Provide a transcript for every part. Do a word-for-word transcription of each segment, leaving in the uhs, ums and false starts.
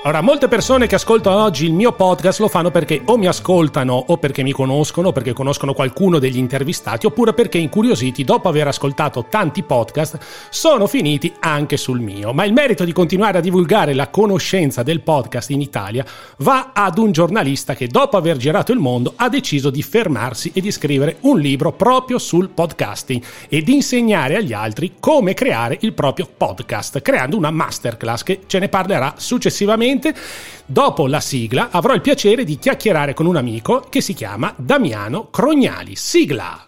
Ora, molte persone che ascoltano oggi il mio podcast lo fanno perché o mi ascoltano o perché mi conoscono, perché conoscono qualcuno degli intervistati, oppure perché incuriositi dopo aver ascoltato tanti podcast sono finiti anche sul mio. Ma il merito di continuare a divulgare la conoscenza del podcast in Italia va ad un giornalista che dopo aver girato il mondo ha deciso di fermarsi e di scrivere un libro proprio sul podcasting e di insegnare agli altri come creare il proprio podcast, creando una masterclass che ce ne parlerà successivamente. Dopo la sigla avrò il piacere di chiacchierare con un amico che si chiama Damiano Crognali. Sigla!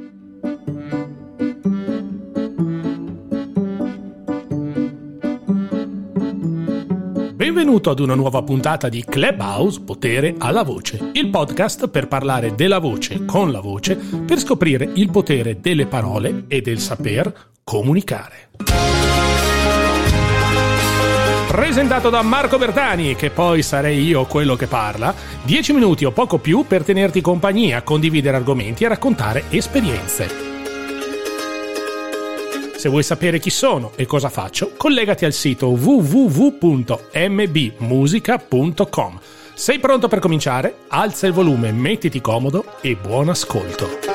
Benvenuto ad una nuova puntata di Clubhouse Potere alla Voce, il podcast per parlare della voce con la voce, per scoprire il potere delle parole e del saper comunicare. Presentato da Marco Bertani, che poi sarei io quello che parla, dieci minuti o poco più per tenerti compagnia, condividere argomenti e raccontare esperienze. Se vuoi sapere chi sono e cosa faccio, collegati al sito w w w punto m b musica punto com. Sei pronto per cominciare? Alza il volume, mettiti comodo e buon ascolto.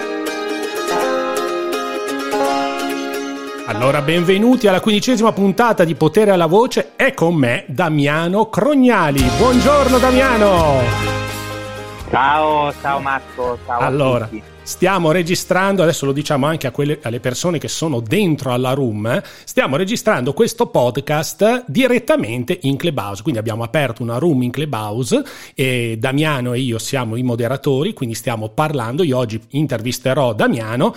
Allora, benvenuti alla quindicesima puntata di Potere alla Voce. È con me Damiano Crognali. Buongiorno Damiano! Ciao, ciao Marco, ciao allora, a tutti. Stiamo registrando, adesso lo diciamo anche a quelle, alle persone che sono dentro alla room, stiamo registrando questo podcast direttamente in Clubhouse, quindi abbiamo aperto una room in Clubhouse e Damiano e io siamo i moderatori, quindi stiamo parlando, io oggi intervisterò Damiano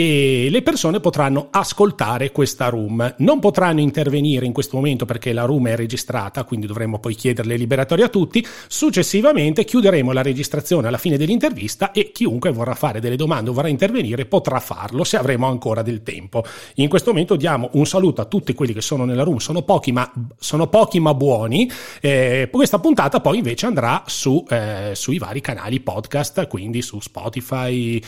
e le persone potranno ascoltare questa room, non potranno intervenire in questo momento perché la room è registrata, quindi dovremo poi chiederle liberatori a tutti, successivamente chiuderemo la registrazione alla fine dell'intervista e chiunque vorrà fare delle domande o vorrà intervenire potrà farlo se avremo ancora del tempo. In questo momento diamo un saluto a tutti quelli che sono nella room, sono pochi ma sono pochi ma buoni. Eh, questa puntata poi invece andrà su eh, sui vari canali podcast, quindi su Spotify,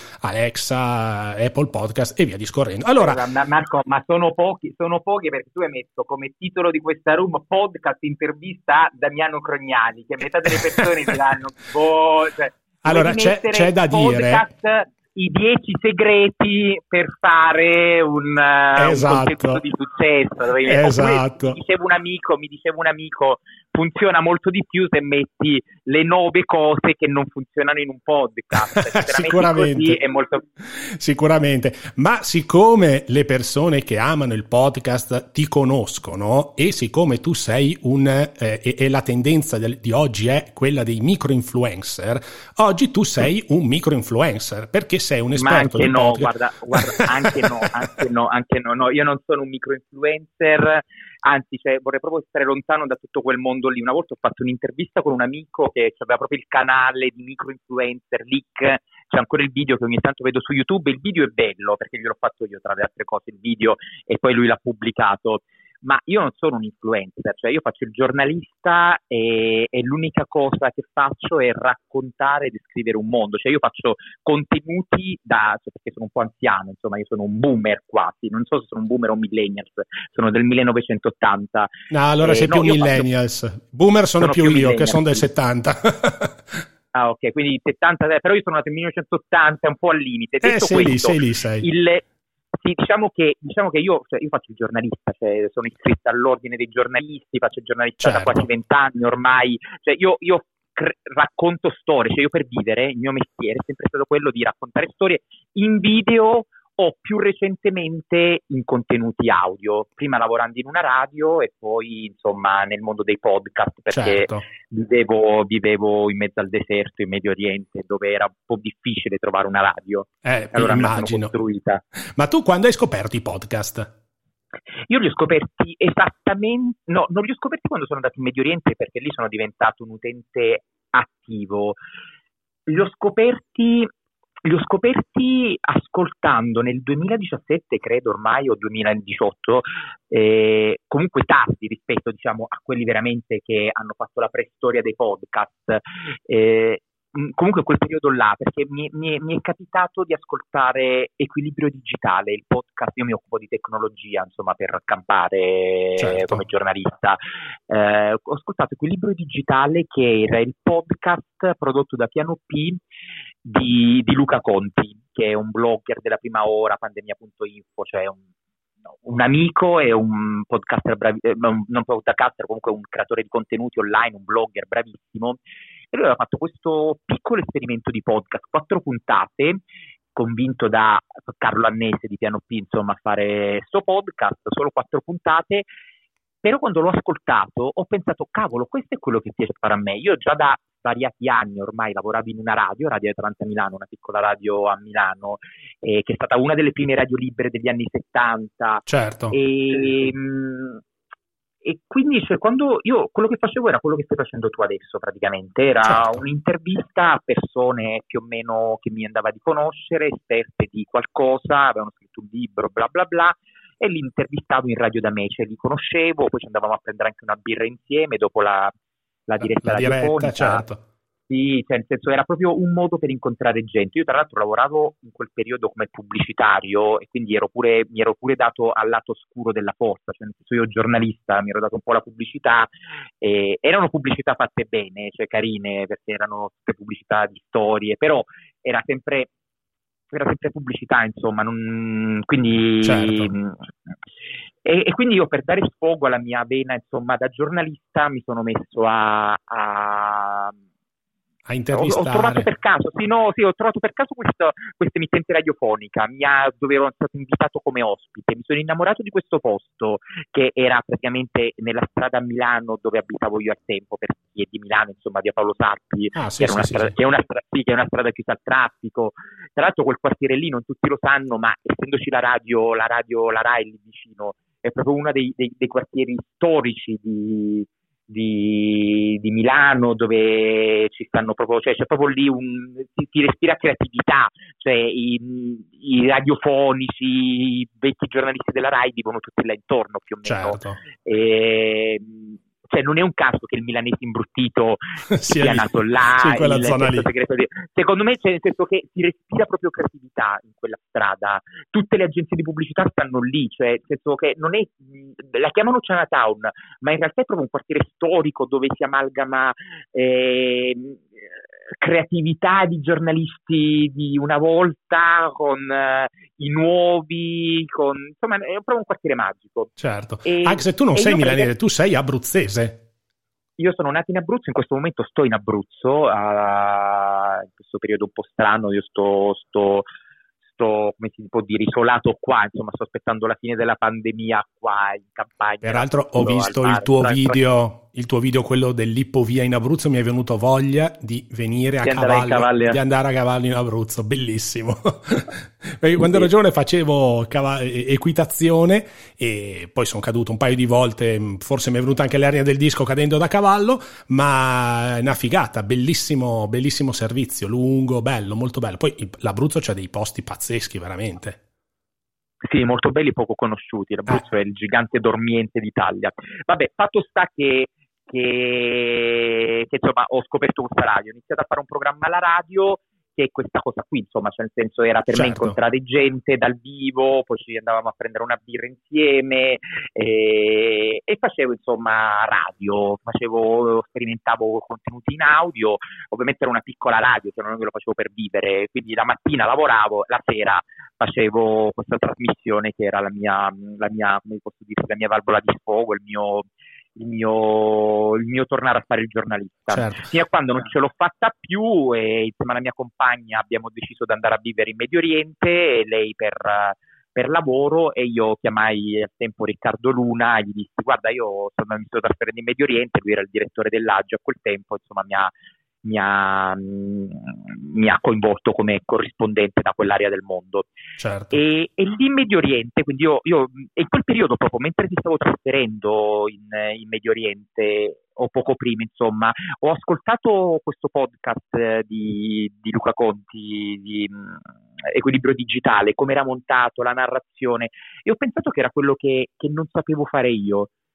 Alexa, Apple Podcast e via discorrendo. Allora, Marco, ma sono pochi, sono pochi perché tu hai messo come titolo di questa room podcast intervista a Damiano Crognali, che metà delle persone diranno boh, cioè, allora c'è, c'è da podcast, dire i dieci segreti per fare un, esatto. un contenuto di successo. Dove esatto. Mi diceva un amico, mi diceva un amico, funziona molto di più se metti le nove cose che non funzionano in un podcast. Sicuramente. Così è molto... Sicuramente. Ma siccome le persone che amano il podcast ti conoscono e siccome tu sei un eh, e, e la tendenza del, di oggi è quella dei micro-influencer, oggi tu sei un micro-influencer perché sei un esperto Ma anche di no, podcast. guarda, guarda, anche no, anche no, anche no, no, io non sono un micro-influencer, anzi, cioè, vorrei proprio stare lontano da tutto quel mondo lì. Una volta ho fatto un'intervista con un amico che aveva proprio il canale di micro-influencer, Leak, c'è ancora il video che ogni tanto vedo su YouTube, il video è bello perché gliel'ho fatto io tra le altre cose il video e poi lui l'ha pubblicato. Ma io non sono un influencer, cioè io faccio il giornalista e, e l'unica cosa che faccio è raccontare e descrivere un mondo, cioè io faccio contenuti da, cioè perché sono un po' anziano, insomma io sono un boomer quasi, non so se sono un boomer o millennials, sono del millenovecentottanta. No, allora eh, sei no, più millennials, faccio... boomer sono, sono più, più io che sono del settanta. Ah, ok, quindi settanta, però io sono nato nel millenovecentottanta, è un po' al limite. Detto eh, sei questo, lì, sei lì, sei. Il, sì, diciamo che, diciamo che io, cioè, io faccio il giornalista, cioè, sono iscritta all'ordine dei giornalisti, faccio il giornalista certo. da quasi vent'anni ormai, cioè, io, io cr- racconto storie, cioè io per vivere, il mio mestiere è sempre stato quello di raccontare storie in video o più recentemente in contenuti audio, prima lavorando in una radio e poi insomma nel mondo dei podcast perché certo. vivevo, vivevo in mezzo al deserto in Medio Oriente dove era un po' difficile trovare una radio, eh, allora immagino. me la sono costruita. Ma tu quando hai scoperto i podcast? Io li ho scoperti esattamente, no, non li ho scoperti quando sono andato in Medio Oriente perché lì sono diventato un utente attivo, li ho scoperti Li ho scoperti ascoltando nel duemiladiciassette, credo ormai, o duemiladiciotto, eh, comunque tardi rispetto, diciamo, a quelli veramente che hanno fatto la preistoria dei podcast. Eh, comunque quel periodo là, perché mi, mi, mi è capitato di ascoltare Equilibrio Digitale, il podcast. Io mi occupo di tecnologia, insomma, per campare, certo, come giornalista. Eh, ho ascoltato Equilibrio Digitale, che era il podcast prodotto da Piano P di, di Luca Conti, che è un blogger della Prima Ora, pandemia punto info, cioè un un amico e un podcaster, bravi, eh, non podcaster, comunque un creatore di contenuti online, un blogger bravissimo, e lui aveva fatto questo piccolo esperimento di podcast, quattro puntate, convinto da Carlo Annese di Piano P, insomma, a fare sto podcast, solo quattro puntate. Però quando l'ho ascoltato ho pensato, cavolo, questo è quello che piace fare a me. Io già da svariati anni ormai lavoravo in una radio, Radio Atlanta Milano, una piccola radio a Milano, eh, che è stata una delle prime radio libere degli anni settanta. Certo. E, mh, e quindi, cioè, quando io quello che facevo era quello che stai facendo tu adesso, praticamente. Era, certo, un'intervista a persone più o meno che mi andava di conoscere, esperte di qualcosa, avevano scritto un libro, bla bla bla, e li intervistavo in radio da me, cioè li conoscevo, poi ci andavamo a prendere anche una birra insieme dopo la, la diretta la, la radiofonica. Diretta, certo. Sì, cioè nel senso era proprio un modo per incontrare gente. Io tra l'altro lavoravo in quel periodo come pubblicitario e quindi ero pure, mi ero pure dato al lato oscuro della forza, cioè nel senso io giornalista mi ero dato un po' la pubblicità, e erano pubblicità fatte bene, cioè carine, perché erano tutte pubblicità di storie, però era sempre era sempre pubblicità, insomma, non, quindi certo. e, e quindi io, per dare sfogo alla mia vena, insomma, da giornalista, mi sono messo a, a a intervistare. Ho, ho trovato per caso, sì, no, sì, ho trovato per caso questo, questa emittente radiofonica, mi ha, dove ero stato invitato come ospite, mi sono innamorato di questo posto, che era praticamente nella strada a Milano dove abitavo io al tempo, per chi è di Milano, insomma, via Paolo Sarpi, ah, sì, che, sì, una sì, strada, sì. che, è una strada, sì, che è una strada chiusa al traffico. Tra l'altro quel quartiere lì non tutti lo sanno, ma essendoci la radio, la radio, la Rai lì vicino, è proprio uno dei, dei, dei quartieri storici di Di, di Milano, dove ci stanno proprio, cioè c'è proprio lì un, si, si respira creatività, cioè i, i radiofonici, i vecchi giornalisti della Rai vivono tutti là intorno più o meno. Certo. E, cioè non è un caso che il milanese imbruttito sia nato là, sì, in quella il zona lì. Segreto di... secondo me c'è, nel senso che si respira proprio creatività in quella strada, tutte le agenzie di pubblicità stanno lì, cioè nel senso che non è, la chiamano Chinatown, ma in realtà è proprio un quartiere storico dove si amalgama eh, creatività di giornalisti di una volta con uh, i nuovi, con, insomma è proprio un quartiere magico. Certo, e, anche se tu non sei milanese, perché... tu sei abruzzese. Io sono nato in Abruzzo, in questo momento sto in Abruzzo, uh, in questo periodo un po' strano, io sto, sto, sto, come si può dire, isolato qua, insomma sto aspettando la fine della pandemia qua in campagna. Peraltro ho visto il tuo video, il tuo video, quello dell'Ippovia in Abruzzo, mi è venuto voglia di venire a di cavallo, andare di andare a cavallo in Abruzzo, bellissimo. Perché quando ero giovane facevo cav- equitazione e poi sono caduto un paio di volte, forse mi è venuta anche l'ernia del disco cadendo da cavallo, ma è una figata, bellissimo, bellissimo servizio, lungo, bello, molto bello. Poi l'Abruzzo c'ha dei posti pazzeschi, veramente. Sì, molto belli, poco conosciuti. L'Abruzzo eh. è il gigante dormiente d'Italia. Vabbè, fatto sta che, che, che insomma ho scoperto questa radio, ho iniziato a fare un programma alla radio, che è questa cosa qui, insomma, cioè nel senso era per certo. me incontrare gente dal vivo, poi ci andavamo a prendere una birra insieme e, e facevo insomma radio, facevo, sperimentavo contenuti in audio, ovviamente era una piccola radio, cioè non è che lo facevo per vivere, quindi la mattina lavoravo, la sera facevo questa trasmissione che era la mia, la mia, come posso dire, la mia valvola di sfogo, il mio Il mio, il mio tornare a fare il giornalista, certo. fino a quando non ce l'ho fatta più e insieme alla mia compagna abbiamo deciso di andare a vivere in Medio Oriente, e lei per, per lavoro, e io chiamai al tempo Riccardo Luna e gli dissi guarda, io sono, mi sto trasferendo in Medio Oriente, lui era il direttore dell'Agio a quel tempo, insomma mi ha Mi ha, mi ha coinvolto come corrispondente da quell'area del mondo. Certo. E, e lì in Medio Oriente, quindi io, io in quel periodo proprio, mentre mi stavo trasferendo in, in Medio Oriente, o poco prima insomma, ho ascoltato questo podcast di, di Luca Conti, di um, Equilibrio Digitale, come era montato, la narrazione, e ho pensato che era quello che, che non sapevo fare io.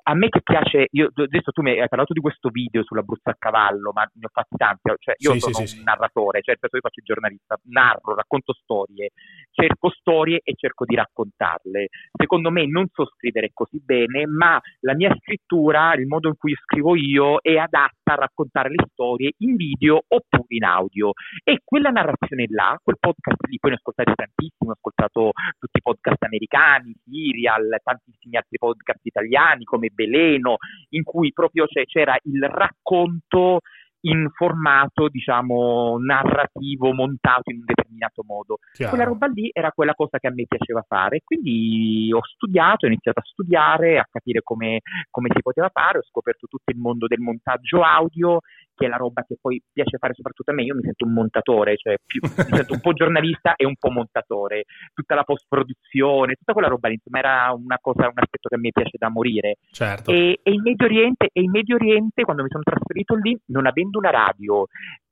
a me che piace, io adesso tu mi hai parlato di questo video sull'Abruzzo a cavallo, ma ne ho fatti tanti, cioè io sì, sono sì, un sì, narratore, cioè io faccio il giornalista, narro, racconto storie, cerco storie e cerco di raccontarle. Secondo me non so scrivere così bene, ma la mia scrittura, il modo in cui scrivo io, è adatta a raccontare le storie in video oppure in audio. E quella narrazione là, quel podcast lì, poi ne ho ascoltati tantissimi, ho ascoltato tutti i podcast americani, Serial, tantissimi altri podcast italiani come Veleno, in cui proprio cioè, c'era il racconto in formato, diciamo, narrativo, montato in un determinato modo. chiaro. Quella roba lì era quella cosa che a me piaceva fare, quindi ho studiato, ho iniziato a studiare, a capire come, come si poteva fare, ho scoperto tutto il mondo del montaggio audio, che è la roba che poi piace fare soprattutto a me. Io mi sento un montatore, cioè più, mi sento un po' giornalista e un po' montatore, tutta la post-produzione, tutta quella roba lì, insomma era una cosa, un aspetto che a me piace da morire. Certo. E, e in Medio Oriente, e in Medio Oriente, quando mi sono trasferito lì, non avendo una radio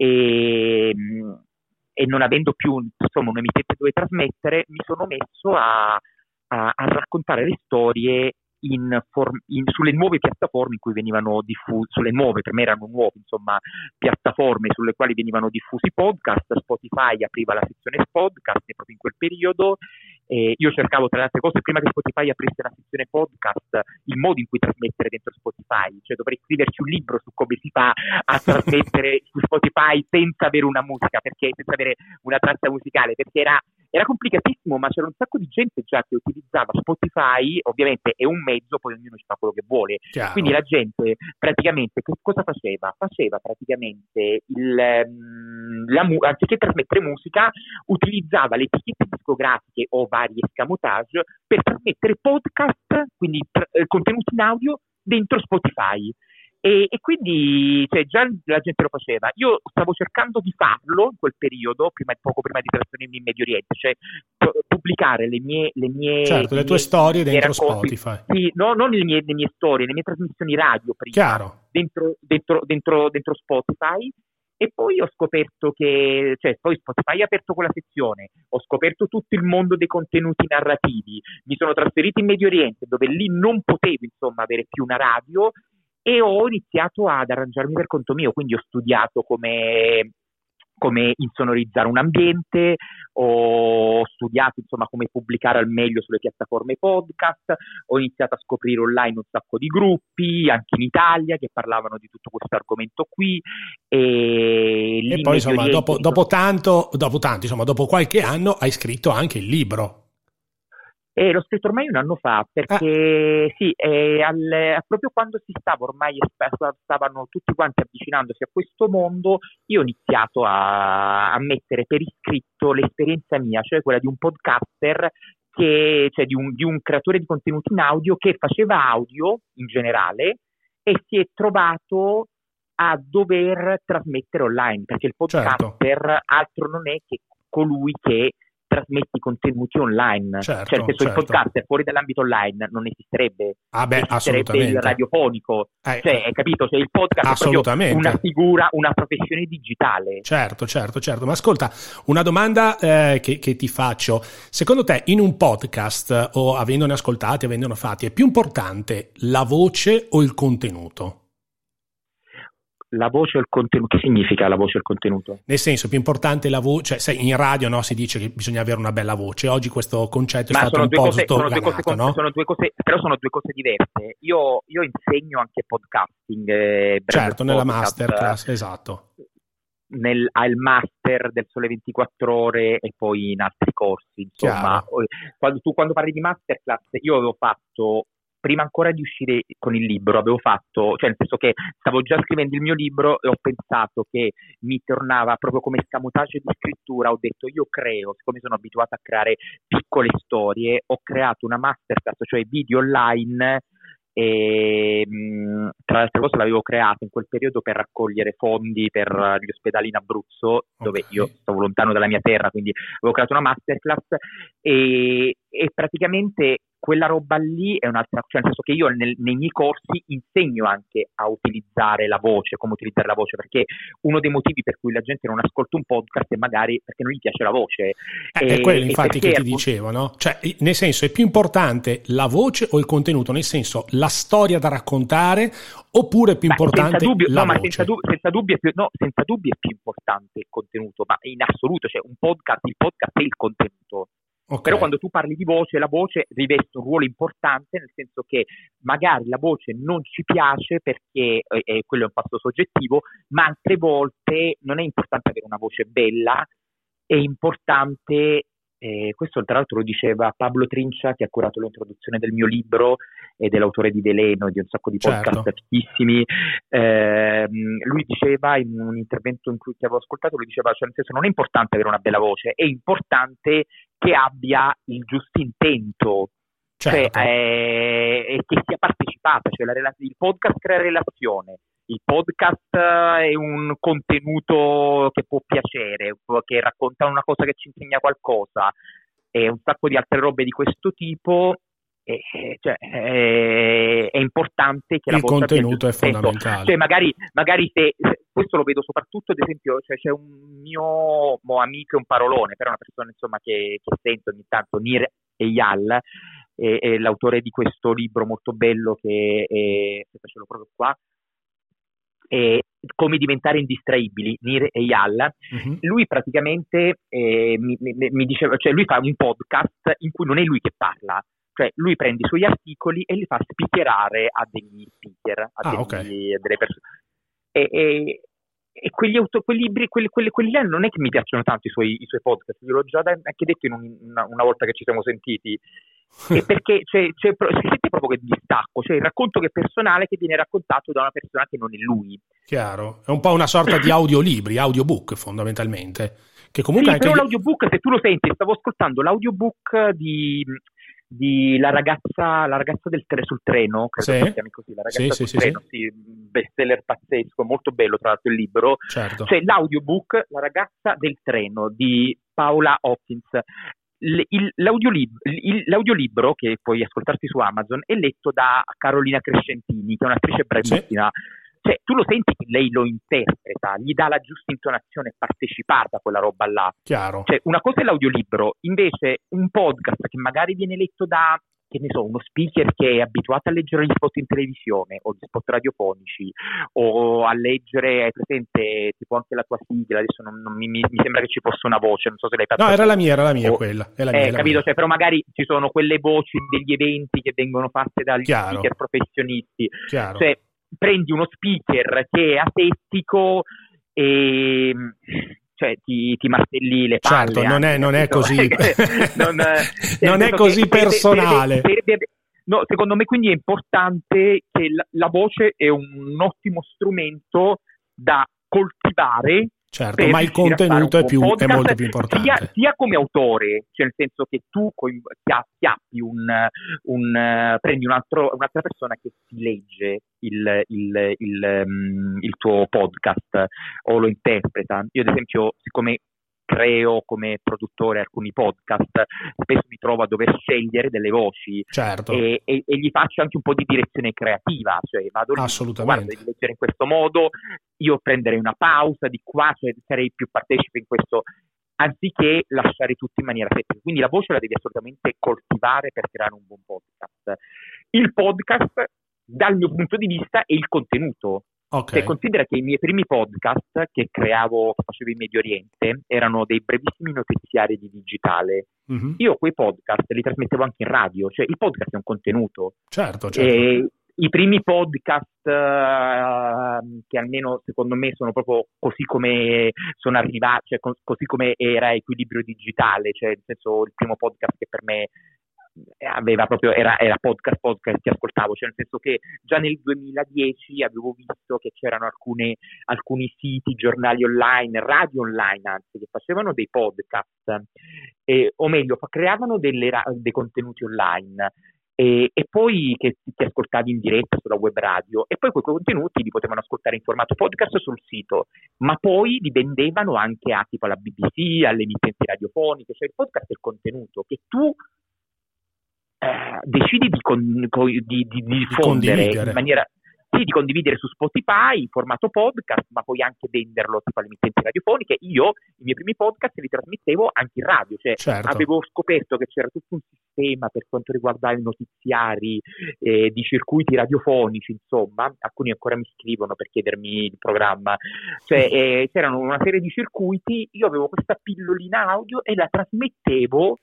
e, e non avendo più insomma un'emittente dove trasmettere, mi sono messo a, a, a raccontare le storie In form- in, sulle nuove piattaforme in cui venivano diffusi, sulle nuove, per me erano nuove, insomma, piattaforme sulle quali venivano diffusi podcast. Spotify apriva la sezione podcast proprio in quel periodo. Eh, io cercavo, tra le altre cose, prima che Spotify aprisse la sezione podcast, il modo in cui trasmettere dentro Spotify, cioè dovrei scriverci un libro su come si fa a trasmettere su Spotify senza avere una musica, perché senza avere una traccia musicale, perché era Era complicatissimo, ma c'era un sacco di gente già che utilizzava Spotify. Ovviamente è un mezzo, poi ognuno ci fa quello che vuole. Chiaro. Quindi la gente praticamente che cosa faceva? Faceva praticamente il, la, anziché trasmettere musica, utilizzava le etichette discografiche o vari escamotage per trasmettere podcast, quindi tra, eh, contenuti in audio dentro Spotify. E, e quindi cioè, già la gente lo faceva. Io stavo cercando di farlo in quel periodo, prima, poco prima di trasferirmi in Medio Oriente, cioè p- pubblicare le mie, le mie certo, le, le tue mie, storie dentro racconti, Spotify. Sì, no, non le mie, le mie storie, le mie trasmissioni radio prima, Chiaro. dentro, dentro, dentro, dentro Spotify. E poi ho scoperto che, cioè poi Spotify ha aperto quella sezione, ho scoperto tutto il mondo dei contenuti narrativi, mi sono trasferito in Medio Oriente dove lì non potevo insomma avere più una radio, e ho iniziato ad arrangiarmi per conto mio, quindi ho studiato come, come insonorizzare un ambiente, ho studiato insomma come pubblicare al meglio sulle piattaforme podcast, ho iniziato a scoprire online un sacco di gruppi, anche in Italia, che parlavano di tutto questo argomento qui. E, e poi insomma Oriente, dopo, dopo tanto, dopo tanto, insomma dopo qualche anno hai scritto anche il libro. Eh, l'ho scritto ormai un anno fa, perché ah. sì, eh, al, proprio quando si stava ormai, stavano tutti quanti avvicinandosi a questo mondo, io ho iniziato a, a mettere per iscritto l'esperienza mia, cioè quella di un podcaster, che, cioè di un, di un creatore di contenuti in audio che faceva audio in generale e si è trovato a dover trasmettere online, perché il podcaster certo. altro non è che colui che trasmetti contenuti online, certo, cioè nel senso certo. il podcaster fuori dall'ambito online non esisterebbe, ah beh, esisterebbe il radiofonico, eh, cioè hai capito, cioè il podcast è proprio una figura, una professione digitale. Certo, certo, certo, ma ascolta, una domanda eh, che, che ti faccio, secondo te in un podcast o avendone ascoltati, avendone fatti, è più importante la voce o il contenuto? La voce o il contenuto? Che significa la voce o il contenuto? Nel senso, più importante la voce, cioè sai, in radio no, si dice che bisogna avere una bella voce, oggi questo concetto è Ma stato un po' cose, sdoganato, sono due cose, no? Sono due cose, però sono due cose diverse. Io, io insegno anche podcasting. Eh, certo, nella podcast, masterclass, esatto. Nel, al master del Sole ventiquattro Ore e poi in altri corsi, insomma. Quando, tu quando parli di masterclass, io avevo fatto... prima ancora di uscire con il libro avevo fatto, cioè nel senso che stavo già scrivendo il mio libro e ho pensato che mi tornava proprio come escamotage di scrittura, ho detto io creo, siccome sono abituato a creare piccole storie, ho creato una masterclass, cioè video online, e mh, tra le altre cose l'avevo creato in quel periodo per raccogliere fondi per gli ospedali in Abruzzo, dove okay. io stavo lontano dalla mia terra, quindi avevo creato una masterclass e, e praticamente quella roba lì è un'altra, cioè nel senso che io nel, nei miei corsi insegno anche a utilizzare la voce, come utilizzare la voce, perché uno dei motivi per cui la gente non ascolta un podcast è magari perché non gli piace la voce. Eh, e, è quello infatti che ti appunto, dicevo, no? Cioè, nel senso, è più importante la voce o il contenuto? Nel senso, la storia da raccontare oppure è più ma importante senza dubbio, la no, voce? Ma senza, dubbio, senza, dubbio è più, no, senza dubbio è più importante il contenuto, ma in assoluto, cioè un podcast, il podcast è il contenuto. Okay. Però quando tu parli di voce, la voce riveste un ruolo importante, nel senso che magari la voce non ci piace perché eh, eh, quello è un fatto soggettivo, ma altre volte non è importante avere una voce bella, è importante, eh, questo tra l'altro lo diceva Pablo Trincia, che ha curato l'introduzione del mio libro ed è l'autore di Veleno e di un sacco di podcast certo. fighissimi. Eh, lui diceva in un intervento in cui ti avevo ascoltato, lui diceva, cioè nel senso non è importante avere una bella voce, è importante che abbia il giusto intento, certo. cioè eh, che sia partecipata, cioè la rela- il podcast crea relazione, il podcast è un contenuto che può piacere, che racconta una cosa che ci insegna qualcosa e un sacco di altre robe di questo tipo. E, cioè, è, è importante che la il voce contenuto è fondamentale, cioè magari, magari se, se questo lo vedo soprattutto ad esempio, cioè c'è un mio mo, amico, un parolone, però una persona insomma che, che sento ogni tanto, Nir Eyal, è, è l'autore di questo libro molto bello che è, se ce l'ho proprio qua, è Come diventare indistraibili, Nir Eyal. Uh-huh. Lui praticamente eh, mi, mi, mi diceva, cioè lui fa un podcast in cui non è lui che parla, cioè lui prende i suoi articoli e li fa speakerare a degli speaker, a, ah, degli, okay. a delle persone. E, e, e quegli, auto, quegli libri, quelli, quelli, quelli là non è che mi piacciono tanto i suoi, i suoi podcast, gliel'ho già anche detto in un, una, una volta che ci siamo sentiti. E perché c'è, c'è, si sente proprio che distacco, cioè il racconto che è personale che viene raccontato da una persona che non è lui. Chiaro, è un po' una sorta di audiolibri, audiobook fondamentalmente. Che comunque sì, anche però gli... l'audiobook, se tu lo senti, stavo ascoltando l'audiobook di, di la ragazza, la ragazza del tre sul treno, credo sì. si chiami così, la ragazza sì, sul sì, treno, sì. sì, bestseller pazzesco, molto bello tra l'altro il libro. Certo. C'è l'audiobook La ragazza del treno di Paola Hawkins. Il, l'audiolib- il, l'audiolibro che puoi ascoltarti su Amazon è letto da Carolina Crescentini, che è un'attrice bravissima. Sì. Cioè, tu lo senti che lei lo interpreta, gli dà la giusta intonazione, è partecipata a quella roba là. Chiaro. Cioè, una cosa è l'audiolibro, invece un podcast che magari viene letto da, che ne so, uno speaker che è abituato a leggere gli spot in televisione o gli spot radiofonici o a leggere, hai presente, tipo anche la tua sigla, adesso non, non mi, mi sembra che ci fosse una voce, non so se l'hai fatta. No, era la mia, era la mia o, quella. È la mia, eh, è la capito, mia. cioè, però magari ci sono quelle voci degli eventi che vengono fatte dagli Chiaro. speaker professionisti. Chiaro. Cioè, prendi uno speaker che è asettico e cioè ti, ti martelli le palle. Certo, non è, non è così non, non è così personale. Serve, serve, no, secondo me quindi è importante che la, la voce è un ottimo strumento da coltivare. Certo, ma il contenuto è, più, è molto più importante. Sia, sia come autore, cioè nel senso che tu chiappi un, un prendi un altro, un'altra persona che ti legge il, il, il, um, il tuo podcast o lo interpreta. Io ad esempio, siccome creo come produttore alcuni podcast, spesso mi trovo a dover scegliere delle voci. Certo. e, e, e gli faccio anche un po' di direzione creativa, cioè vado lì, assolutamente, guarda, devi leggere in questo modo, io prenderei una pausa di qua, cioè sarei più partecipe in questo, anziché lasciare tutto in maniera secca. Quindi la voce la devi assolutamente coltivare per creare un buon podcast. Il podcast, dal mio punto di vista, è il contenuto. Okay. Se considera che i miei primi podcast che creavo, che facevo in Medio Oriente, erano dei brevissimi notiziari di digitale. Mm-hmm. Io quei podcast li trasmettevo anche in radio, cioè il podcast è un contenuto. Certo, certo. E i primi podcast uh, che almeno secondo me sono proprio così come sono arrivati, cioè co- così come era Equilibrio Digitale, cioè nel senso il primo podcast che per me aveva proprio era, era podcast podcast che ascoltavo, cioè nel senso che già nel duemiladieci avevo visto che c'erano alcune, alcuni siti, giornali online, radio online anzi, che facevano dei podcast eh, o meglio creavano delle, dei contenuti online e, e poi che ti ascoltavi in diretta sulla web radio e poi quei contenuti li potevano ascoltare in formato podcast sul sito, ma poi li vendevano anche a tipo alla B B C, alle emittenti radiofoniche, cioè il podcast è il contenuto che tu eh, decidi di, con, con, di, di, di diffondere in maniera... Sì, di condividere su Spotify in formato podcast, ma poi anche venderlo tipo alle emittenti radiofoniche. Io i miei primi podcast li trasmettevo anche in radio, cioè certo. avevo scoperto che c'era tutto un sistema per quanto riguarda i notiziari eh, di circuiti radiofonici, insomma, alcuni ancora mi scrivono per chiedermi il programma, cioè eh, c'erano una serie di circuiti, io avevo questa pillolina audio e la trasmettevo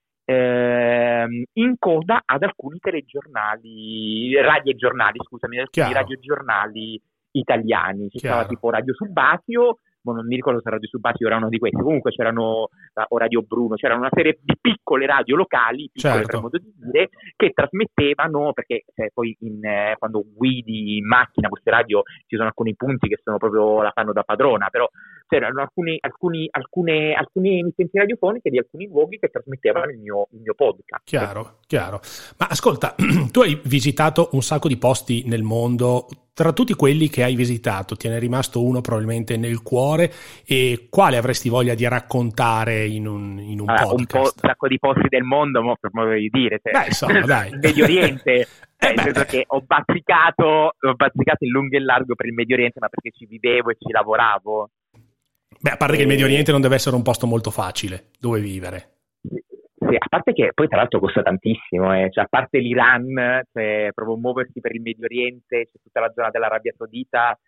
in coda ad alcuni telegiornali, radio e giornali, scusami, ad alcuni radiogiornali italiani. Ci stava tipo Radio Subasio, ma non mi ricordo se Radio Subasio era uno di questi, comunque c'erano, o Radio Bruno, c'erano una serie di piccole radio locali, piccole certo. per modo di dire, che trasmettevano, perché cioè, poi in, eh, quando guidi in macchina queste radio ci sono alcuni punti che sono proprio la fanno da padrona, però c'erano alcuni, alcuni, alcune, alcune emittenti radiofoniche di alcuni luoghi che trasmettevano il mio, il mio podcast. Chiaro, chiaro. Ma ascolta, tu hai visitato un sacco di posti nel mondo. Tra tutti quelli che hai visitato, ti è rimasto uno probabilmente nel cuore, e quale avresti voglia di raccontare in un, in un allora, podcast? Un po' un sacco di posti del mondo, mo, per modo di dire. Cioè, Beh, insomma, dai. Il Medio Oriente, eh nel senso che ho bazzicato, ho bazzicato in lungo e in largo per il Medio Oriente, ma perché ci vivevo e ci lavoravo. Beh, a parte e... che il Medio Oriente non deve essere un posto molto facile dove vivere. Sì, a parte che poi tra l'altro costa tantissimo, eh. Cioè, a parte l'Iran, cioè, proprio muoversi per il Medio Oriente, c'è tutta la zona dell'Arabia Saudita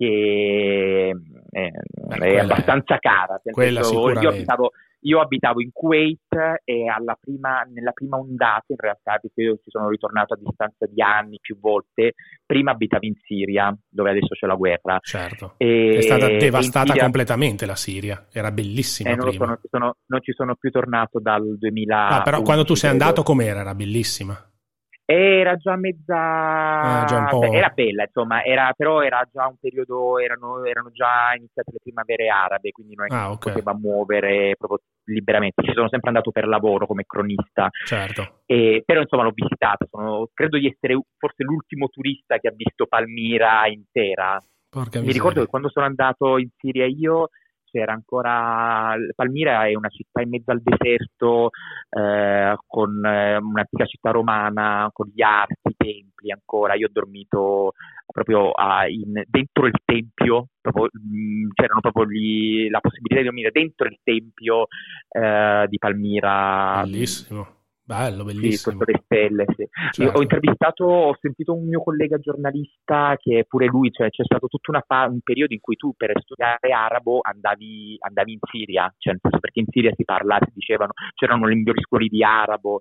che è, Beh, è abbastanza cara. Quella senso, sicuramente. Io abitavo, io abitavo in Kuwait e alla prima, nella prima ondata, in realtà, perché io ci sono ritornato a distanza di anni più volte, prima abitavo in Siria, dove adesso c'è la guerra. Certo, e, è stata devastata Siria, completamente la Siria, era bellissima eh, non prima. Lo so, non, ci sono, non ci sono più tornato dal duemila. Ah, però quando tu sei andato com'era? Era bellissima? Era già mezza, eh, già un po'... Beh, era bella, insomma, era, però era già un periodo, erano, erano già iniziate le primavere arabe, quindi non è che ah, si okay. poteva muovere proprio liberamente. Ci sono sempre andato per lavoro come cronista, certo. E, però insomma l'ho visitata, sono, credo di essere forse l'ultimo turista che ha visto Palmira intera. Porca Mi ricordo che quando sono andato in Siria io, c'era ancora, Palmira è una città in mezzo al deserto, eh, con eh, un'antica città romana, con gli archi, i templi ancora. Io ho dormito proprio a, in, dentro il tempio, proprio, mh, c'erano proprio gli, la possibilità di dormire dentro il tempio eh, di Palmira. Bellissimo. Bello, bellissimo. Sì, sotto le stelle, sì. Certo. Io ho intervistato, ho sentito un mio collega giornalista che pure lui, cioè c'è stato tutto una fa- un periodo in cui tu per studiare arabo andavi, andavi in Siria, cioè perché in Siria si parla, si dicevano, c'erano le migliori scuole di arabo.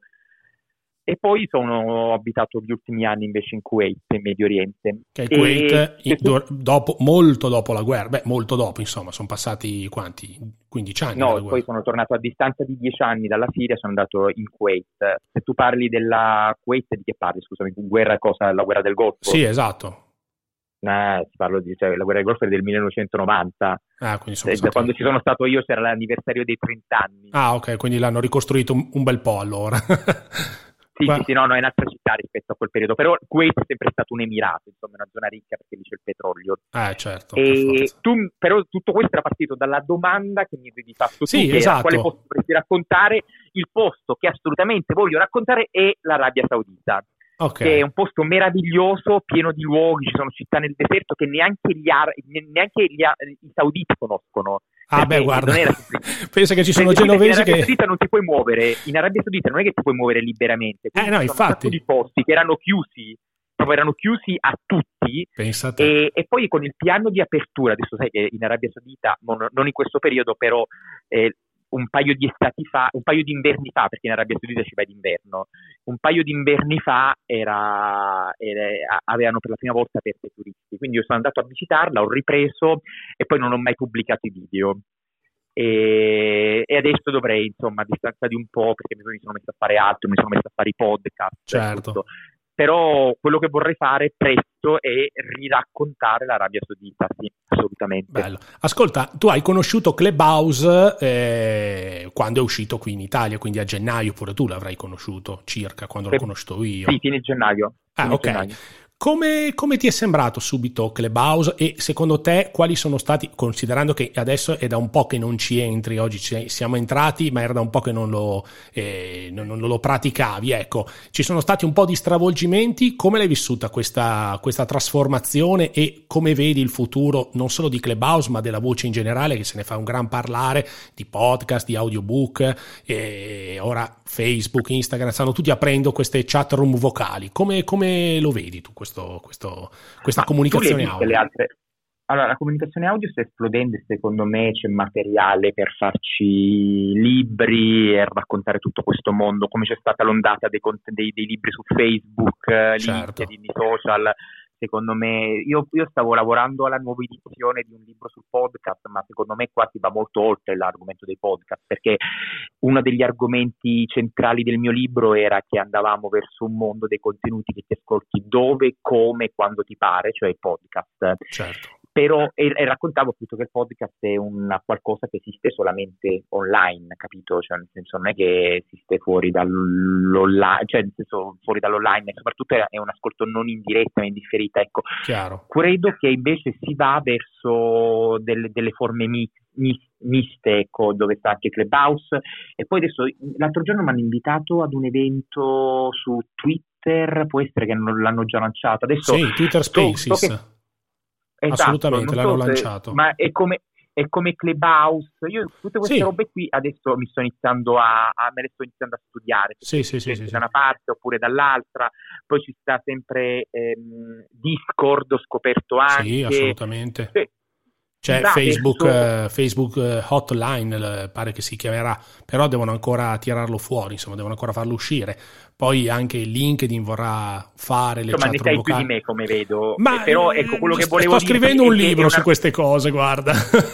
E poi sono ho abitato gli ultimi anni invece in Kuwait, in Medio Oriente. Che il Kuwait, e, in, dopo, molto dopo la guerra, beh, molto dopo, insomma, sono passati quanti? quindici anni? No, poi sono tornato a distanza di dieci anni dalla Siria, sono andato in Kuwait. Se tu parli della Kuwait, di che parli? Scusami, guerra cosa? La guerra del Golfo? Sì, esatto. Eh, si parlo di, cioè, la guerra del Golfo è del millenovecentonovanta. Ah, quindi sono eh, stati... Da quando ci sono stato io c'era l'anniversario dei trenta anni. Ah, ok, quindi l'hanno ricostruito un, un bel po' allora. Sì, sì, sì, no, no, è un'altra città rispetto a quel periodo, però Kuwait è sempre stato un emirato, insomma, una zona ricca perché lì c'è il petrolio. Eh, certo. E tu, però tutto questo era partito dalla domanda che mi avevi fatto sì, tu, che esatto. era quale posto vorresti raccontare. Il posto che assolutamente voglio raccontare è l'Arabia Saudita. Okay. Che è un posto meraviglioso, pieno di luoghi, ci sono città nel deserto che neanche gli, ar- neanche gli ar- i sauditi conoscono. Ah beh, guarda, era... pensa che ci sono genovesi che... In Arabia Saudita non ti puoi muovere, in Arabia Saudita non è che ti puoi muovere liberamente. Eh no, ci sono infatti. un sacco di posti che erano chiusi, proprio erano chiusi a tutti. Pensa a te. E, e poi con il piano di apertura, adesso sai che in Arabia Saudita, non, non in questo periodo, però... Eh, un paio di estati fa, un paio di inverni fa, perché in Arabia Saudita ci vai d'inverno, un paio di inverni fa era, era, avevano per la prima volta aperto ai turisti, quindi io sono andato a visitarla, ho ripreso e poi non ho mai pubblicato i video. E, e adesso dovrei, insomma, a distanza di un po', perché mi sono messo a fare altro, mi sono messo a fare i podcast, certo. Tutto. Però quello che vorrei fare presto è riraccontare l'Arabia Saudita, sì, assolutamente. Bello. Ascolta, tu hai conosciuto Clubhouse eh, quando è uscito qui in Italia, quindi a gennaio pure tu l'avrai conosciuto circa, quando sì. l'ho conosciuto io. Sì, fine gennaio. Ah, fine ok. Gennaio. Come, come ti è sembrato subito Clubhouse e secondo te quali sono stati, considerando che adesso è da un po' che non ci entri, oggi ci siamo entrati ma era da un po' che non lo, eh, non, non lo praticavi, ecco, ci sono stati un po' di stravolgimenti, come l'hai vissuta questa, questa trasformazione e come vedi il futuro non solo di Clubhouse ma della voce in generale, che se ne fa un gran parlare, di podcast, di audiobook, e ora Facebook, Instagram stanno tutti aprendo queste chat room vocali, come, come lo vedi tu questo, questo, questa Ma comunicazione tu le audio? le altre... Allora, la comunicazione audio sta esplodendo e secondo me c'è materiale per farci libri e raccontare tutto questo mondo, come c'è stata l'ondata dei, cont- dei, dei libri su Facebook, Certo. LinkedIn, i social. Secondo me, io, io stavo lavorando alla nuova edizione di un libro sul podcast, ma secondo me qua si va molto oltre l'argomento dei podcast, perché uno degli argomenti centrali del mio libro era che andavamo verso un mondo dei contenuti che ti ascolti dove, come, quando ti pare, cioè i podcast. Certo. Però e, e raccontavo appunto che il podcast è una qualcosa che esiste solamente online, capito? Cioè nel senso non è che esiste fuori dall'online, cioè nel senso fuori dall'online, e soprattutto è, è un ascolto non in diretta ma in differita, ecco. Chiaro. Credo che invece si va verso delle, delle forme mi, mi, miste, ecco, dove sta anche Clubhouse. E poi adesso l'altro giorno mi hanno invitato ad un evento su Twitter, può essere che non l'hanno già lanciato adesso. Sì, Twitter Spaces. So, so che, esatto, assolutamente, non l'hanno so se, lanciato. ma è come, è come Clubhouse. Io tutte queste Sì. robe qui adesso mi sto iniziando a, a me le sto iniziando a studiare. Sì, sì, sì, sì, da sì. una parte oppure dall'altra. Poi ci sta sempre ehm, Discord, ho scoperto anche. Sì, assolutamente. Sì. C'è Va Facebook, verso- eh, Facebook eh, Hotline, eh, pare che si chiamerà, però devono ancora tirarlo fuori, insomma, devono ancora farlo uscire. Poi anche LinkedIn vorrà fare le Insomma, chat ne sai room più di vocali. me, come vedo. Ma Eh, però eh, ecco quello che sto volevo sto dirti scrivendo è un che è libro una- su queste cose, guarda.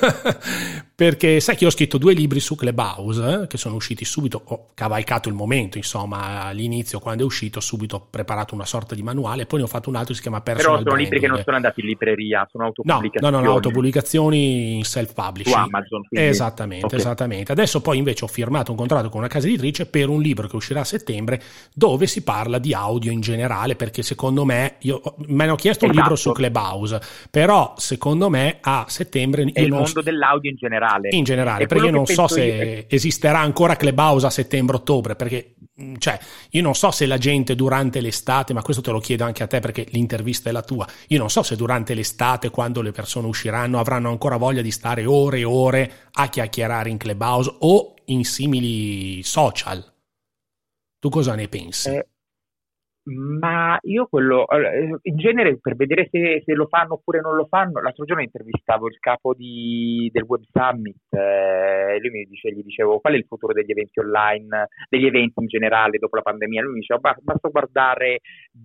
Perché sai che io ho scritto due libri su Clubhouse, eh, che sono usciti subito, ho cavalcato il momento, insomma, all'inizio quando è uscito, subito ho preparato una sorta di manuale, poi ne ho fatto un altro che si chiama Però Personal sono libri che non Branding. sono andati in libreria, sono No, no, autopubblicazioni. no, no, autopubblicazioni in Su self-publishing. Amazon. Quindi- Esattamente, ok. esattamente. Adesso poi invece ho firmato un contratto con una casa editrice per un libro che uscirà a settembre dove si parla di audio in generale, perché secondo me, io me ne ho chiesto un Esatto. libro su Clubhouse, però secondo me a settembre È io il non mondo dell'audio in generale. in generale, È perché io quello non che so penso se io- esisterà ancora Clubhouse a settembre-ottobre, perché mh, cioè io non so se la gente durante l'estate, ma questo te lo chiedo anche a te perché l'intervista è la tua, io non so se durante l'estate, quando le persone usciranno, avranno ancora voglia di stare ore e ore a chiacchierare in Clubhouse o in simili social. Tu cosa ne pensi? Eh, ma io quello, allora, eh, in genere per vedere se, se lo fanno oppure non lo fanno, l'altro giorno intervistavo il capo di, del Web Summit, eh, e lui mi dice, gli dicevo qual è il futuro degli eventi online, degli eventi in generale dopo la pandemia. Lui mi diceva "Ba- basta guardare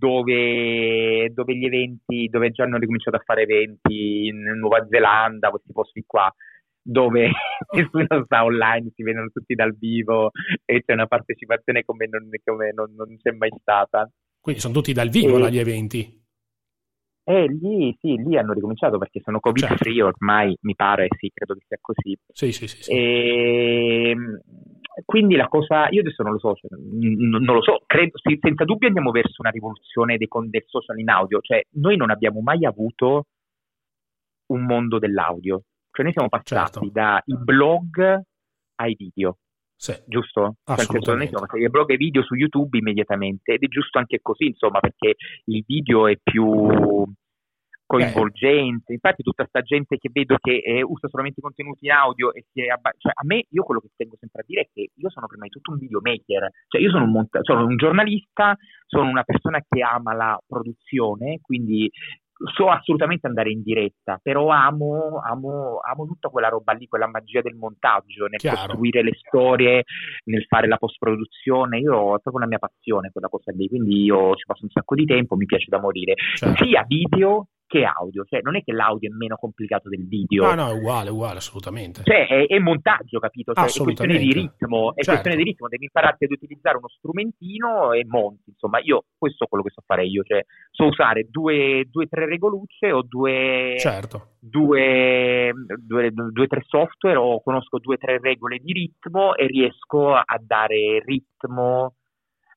dove, dove gli eventi, dove già hanno ricominciato a fare eventi in Nuova Zelanda, questi posti qua, dove nessuno sta online, si vedono tutti dal vivo e c'è una partecipazione come non, come non, non c'è mai stata. Quindi sono tutti dal vivo E- là, gli eventi. Eh, lì sì, lì hanno ricominciato perché sono covid Certo. free ormai, mi pare, sì, credo che sia così. Sì, sì, sì, sì. E quindi la cosa, io adesso non lo so, cioè, n- non lo so, credo, sì, senza dubbio andiamo verso una rivoluzione dei, con- del social in audio, cioè noi non abbiamo mai avuto un mondo dell'audio, cioè noi siamo passati Certo. dai blog ai video, Sì. giusto? Cioè, nel senso, noi Assolutamente. siamo passati dai blog ai video su YouTube immediatamente ed è giusto anche così, insomma, perché il video è più coinvolgente. Infatti tutta sta gente che vedo che eh, usa solamente contenuti in audio e si è abba- cioè a me, io quello che tengo sempre a dire è che io sono prima di tutto un videomaker, cioè io sono un, monta- sono un giornalista, sono una persona che ama la produzione, quindi so assolutamente andare in diretta, però amo, amo, amo tutta quella roba lì, quella magia del montaggio, nel Chiaro. costruire le storie, nel fare la post-produzione. Io ho proprio la mia passione quella cosa lì, quindi io ci passo un sacco di tempo, mi piace da morire, Certo. sia video che audio, cioè non è che l'audio è meno complicato del video. No, no, è uguale, uguale, assolutamente. Cioè è, è montaggio, capito? Cioè, è questione di Assolutamente. ritmo, è Certo. questione di ritmo, devi impararti ad utilizzare uno strumentino e monti, insomma, io questo è quello che so fare io, cioè so usare due o tre regolucce o due Certo. due o tre software o conosco due o tre regole di ritmo e riesco a dare ritmo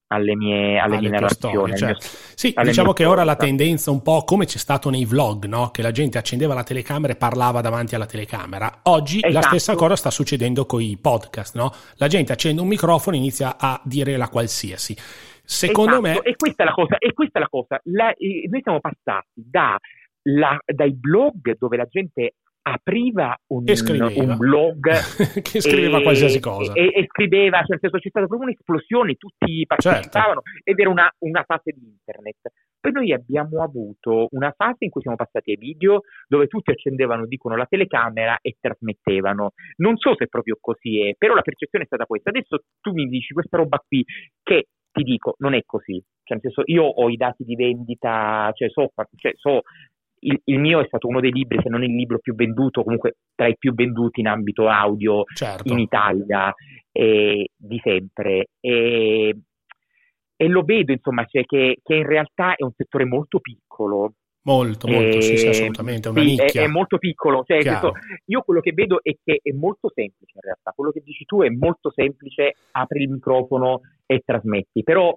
alle mie, alle alle mie narrazioni. storie, certo. Mio, sì, diciamo che ora la tendenza un po' come c'è stato nei vlog, no? Che la gente accendeva la telecamera e parlava davanti alla telecamera. Oggi esatto. La stessa cosa sta succedendo con i podcast, no? La gente accende un microfono e inizia a dire la qualsiasi. Secondo esatto. me... E questa è la cosa, e questa è la cosa. La, eh, noi siamo passati da, la, dai blog dove la gente apriva un, un blog che scriveva e, qualsiasi cosa e, e scriveva, cioè nel senso c'è stata proprio un'esplosione, tutti partecipavano, certo. Ed era una, una fase di internet. Poi noi abbiamo avuto una fase in cui siamo passati ai video dove tutti accendevano, dicono, la telecamera e trasmettevano. Non so se proprio così è, però la percezione è stata questa. Adesso tu mi dici questa roba qui che ti dico non è così, cioè nel senso io ho i dati di vendita, cioè so, cioè, so Il, il mio è stato uno dei libri, se non il libro più venduto, comunque tra i più venduti in ambito audio, certo. In Italia eh, di sempre, e, e lo vedo insomma, cioè, che, che in realtà è un settore molto piccolo. Molto, molto, eh, sì, sì, assolutamente, è una sì, nicchia. È, è molto piccolo, cioè, questo, io quello che vedo è che è molto semplice in realtà, quello che dici tu è molto semplice, apri il microfono e trasmetti, però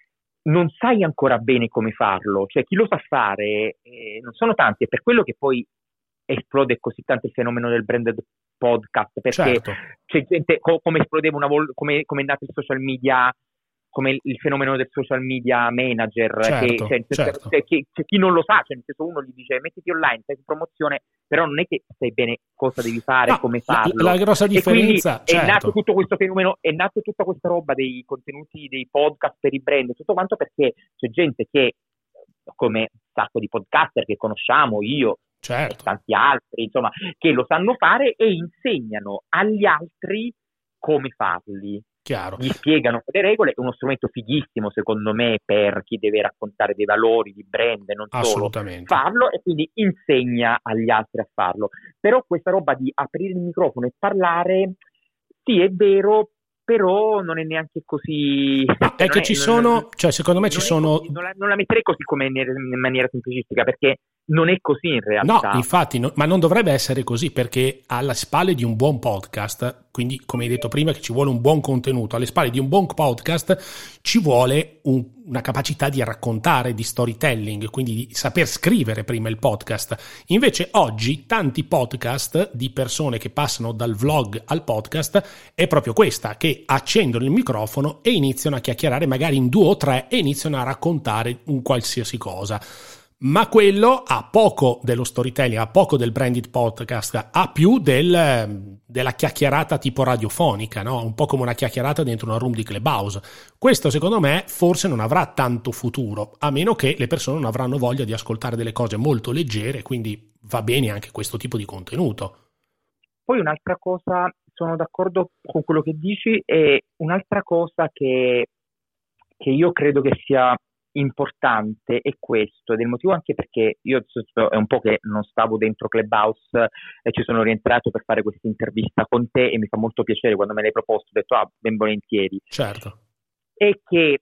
non sai ancora bene come farlo, cioè chi lo sa fare eh, non sono tanti, è per quello che poi esplode così tanto il fenomeno del branded podcast, perché certo. C'è gente, co- come esplodeva una volta, come, come è nato il social media, come il fenomeno del social media manager, certo, che, cioè, certo. Cioè, che, cioè, chi non lo sa, cioè nel senso uno gli dice mettiti online, fai promozione, però non è che sai bene cosa devi fare, no, come farlo. La, la grossa differenza, e certo. È nato tutto questo fenomeno, è nato tutta questa roba dei contenuti, dei podcast per i brand, tutto quanto perché c'è gente che, come un sacco di podcaster che conosciamo, io certo. E tanti altri, insomma, che lo sanno fare e insegnano agli altri come farli. Chiaro. Gli spiegano le regole, è uno strumento fighissimo secondo me per chi deve raccontare dei valori di brand e non solo farlo, e quindi insegna agli altri a farlo. Però questa roba di aprire il microfono e parlare, sì è vero, però non è neanche così. Ma è che è, ci non, sono, non, cioè secondo me ci sono. Così, non, la, non la metterei così come in, in maniera semplicistica, perché non è così in realtà. No, infatti, no, ma non dovrebbe essere così, perché alle spalle di un buon podcast, quindi come hai detto prima che ci vuole un buon contenuto, alle spalle di un buon podcast ci vuole un, una capacità di raccontare, di storytelling, quindi di saper scrivere prima il podcast. Invece oggi tanti podcast di persone che passano dal vlog al podcast è proprio questa, che accendono il microfono e iniziano a chiacchierare magari in due o tre e iniziano a raccontare un qualsiasi cosa. Ma quello ha poco dello storytelling, ha poco del branded podcast, ha più del, della chiacchierata tipo radiofonica, no? Un po' come una chiacchierata dentro una room di Clubhouse. Questo secondo me forse non avrà tanto futuro, a meno che le persone non avranno voglia di ascoltare delle cose molto leggere, quindi va bene anche questo tipo di contenuto. Poi un'altra cosa, sono d'accordo con quello che dici, e un'altra cosa che, che io credo che sia importante è questo, ed è il motivo anche perché io è un po' che non stavo dentro Clubhouse e ci sono rientrato per fare questa intervista con te, e mi fa molto piacere quando me l'hai proposto, ho detto ah, ben volentieri. Certo. È che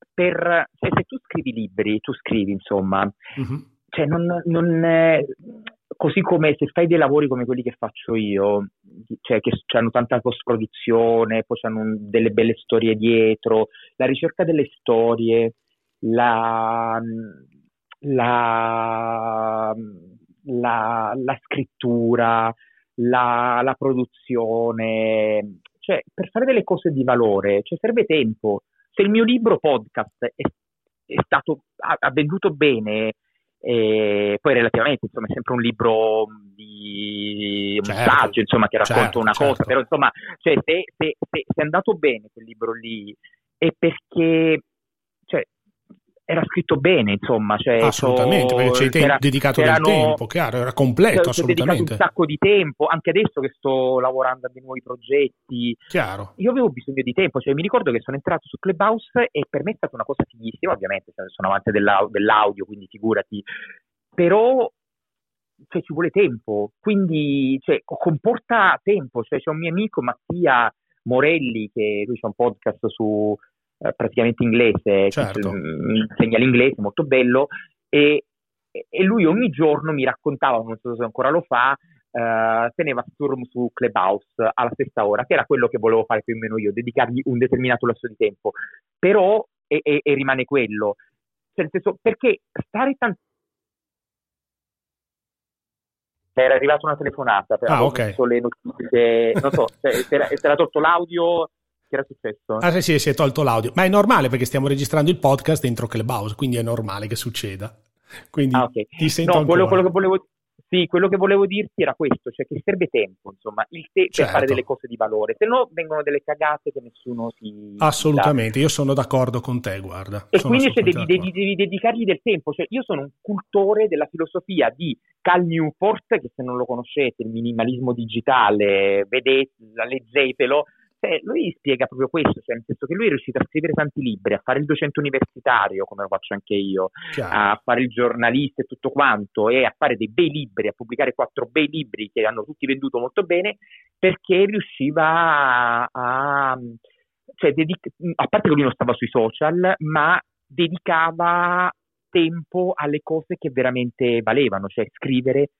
per cioè, se tu scrivi libri, tu scrivi insomma, mm-hmm. cioè non, non è, così come se fai dei lavori come quelli che faccio io, cioè che hanno tanta post-produzione, poi hanno delle belle storie dietro, la ricerca delle storie, La, la, la, la scrittura, la, la produzione, cioè per fare delle cose di valore cioè, serve tempo. Se il mio libro podcast è, è stato ha, ha venduto bene, e poi relativamente insomma è sempre un libro di un certo, saggio insomma che racconta certo, una certo. cosa, però insomma cioè, se, se, se, se è andato bene quel libro lì è perché cioè era scritto bene, insomma. Cioè, assolutamente, perché ci hai te- dedicato del tempo, chiaro, era completo, ci ho dedicato un sacco di tempo, anche adesso che sto lavorando a dei nuovi progetti. Chiaro. Io avevo bisogno di tempo, cioè mi ricordo che sono entrato su Clubhouse e per me è stata una cosa fighissima, ovviamente sono amante dell'audio, dell'audio quindi figurati, però cioè, ci vuole tempo, quindi cioè, comporta tempo, cioè c'è un mio amico Mattia Morelli, che lui c'ha un podcast su eh, praticamente inglese, certo. mi insegna l'inglese, molto bello, e, e lui ogni giorno mi raccontava, non so se ancora lo fa, Uh, teneva Sturm su Clubhouse alla stessa ora, che era quello che volevo fare più o meno io, dedicargli un determinato lasso di tempo, però e, e, e rimane quello. Cioè, nel senso, perché stare tanto... Era arrivata una telefonata, per Ah, avevo ok. messo le notizie, non so, se, se, era, se era tolto l'audio, che era successo? Ah sì, sì, si è tolto l'audio, ma è normale perché stiamo registrando il podcast dentro Clubhouse, quindi è normale che succeda. Quindi Ah, ok. ti sento No, quello, ancora. quello che volevo, sì, quello che volevo dirti era questo, cioè che serve tempo, insomma, il te- per fare delle Certo, cose di valore, se no vengono delle cagate che nessuno si, si dà. assolutamente, io sono d'accordo con te, guarda, E sono quindi cioè, assolutamente devi, devi, d'accordo. devi dedicargli del tempo. Cioè, io sono un cultore della filosofia di Cal Newport, che se non lo conoscete, il minimalismo digitale, vedete, leggetelo. Cioè, lui spiega proprio questo, cioè, nel senso che lui è riuscito a scrivere tanti libri, a fare il docente universitario, come lo faccio anche io, Chiaro, a fare il giornalista e tutto quanto, e a fare dei bei libri, a pubblicare quattro bei libri che hanno tutti venduto molto bene, perché riusciva a... a cioè, dedic- a parte che lui non stava sui social, ma dedicava tempo alle cose che veramente valevano, cioè scrivere,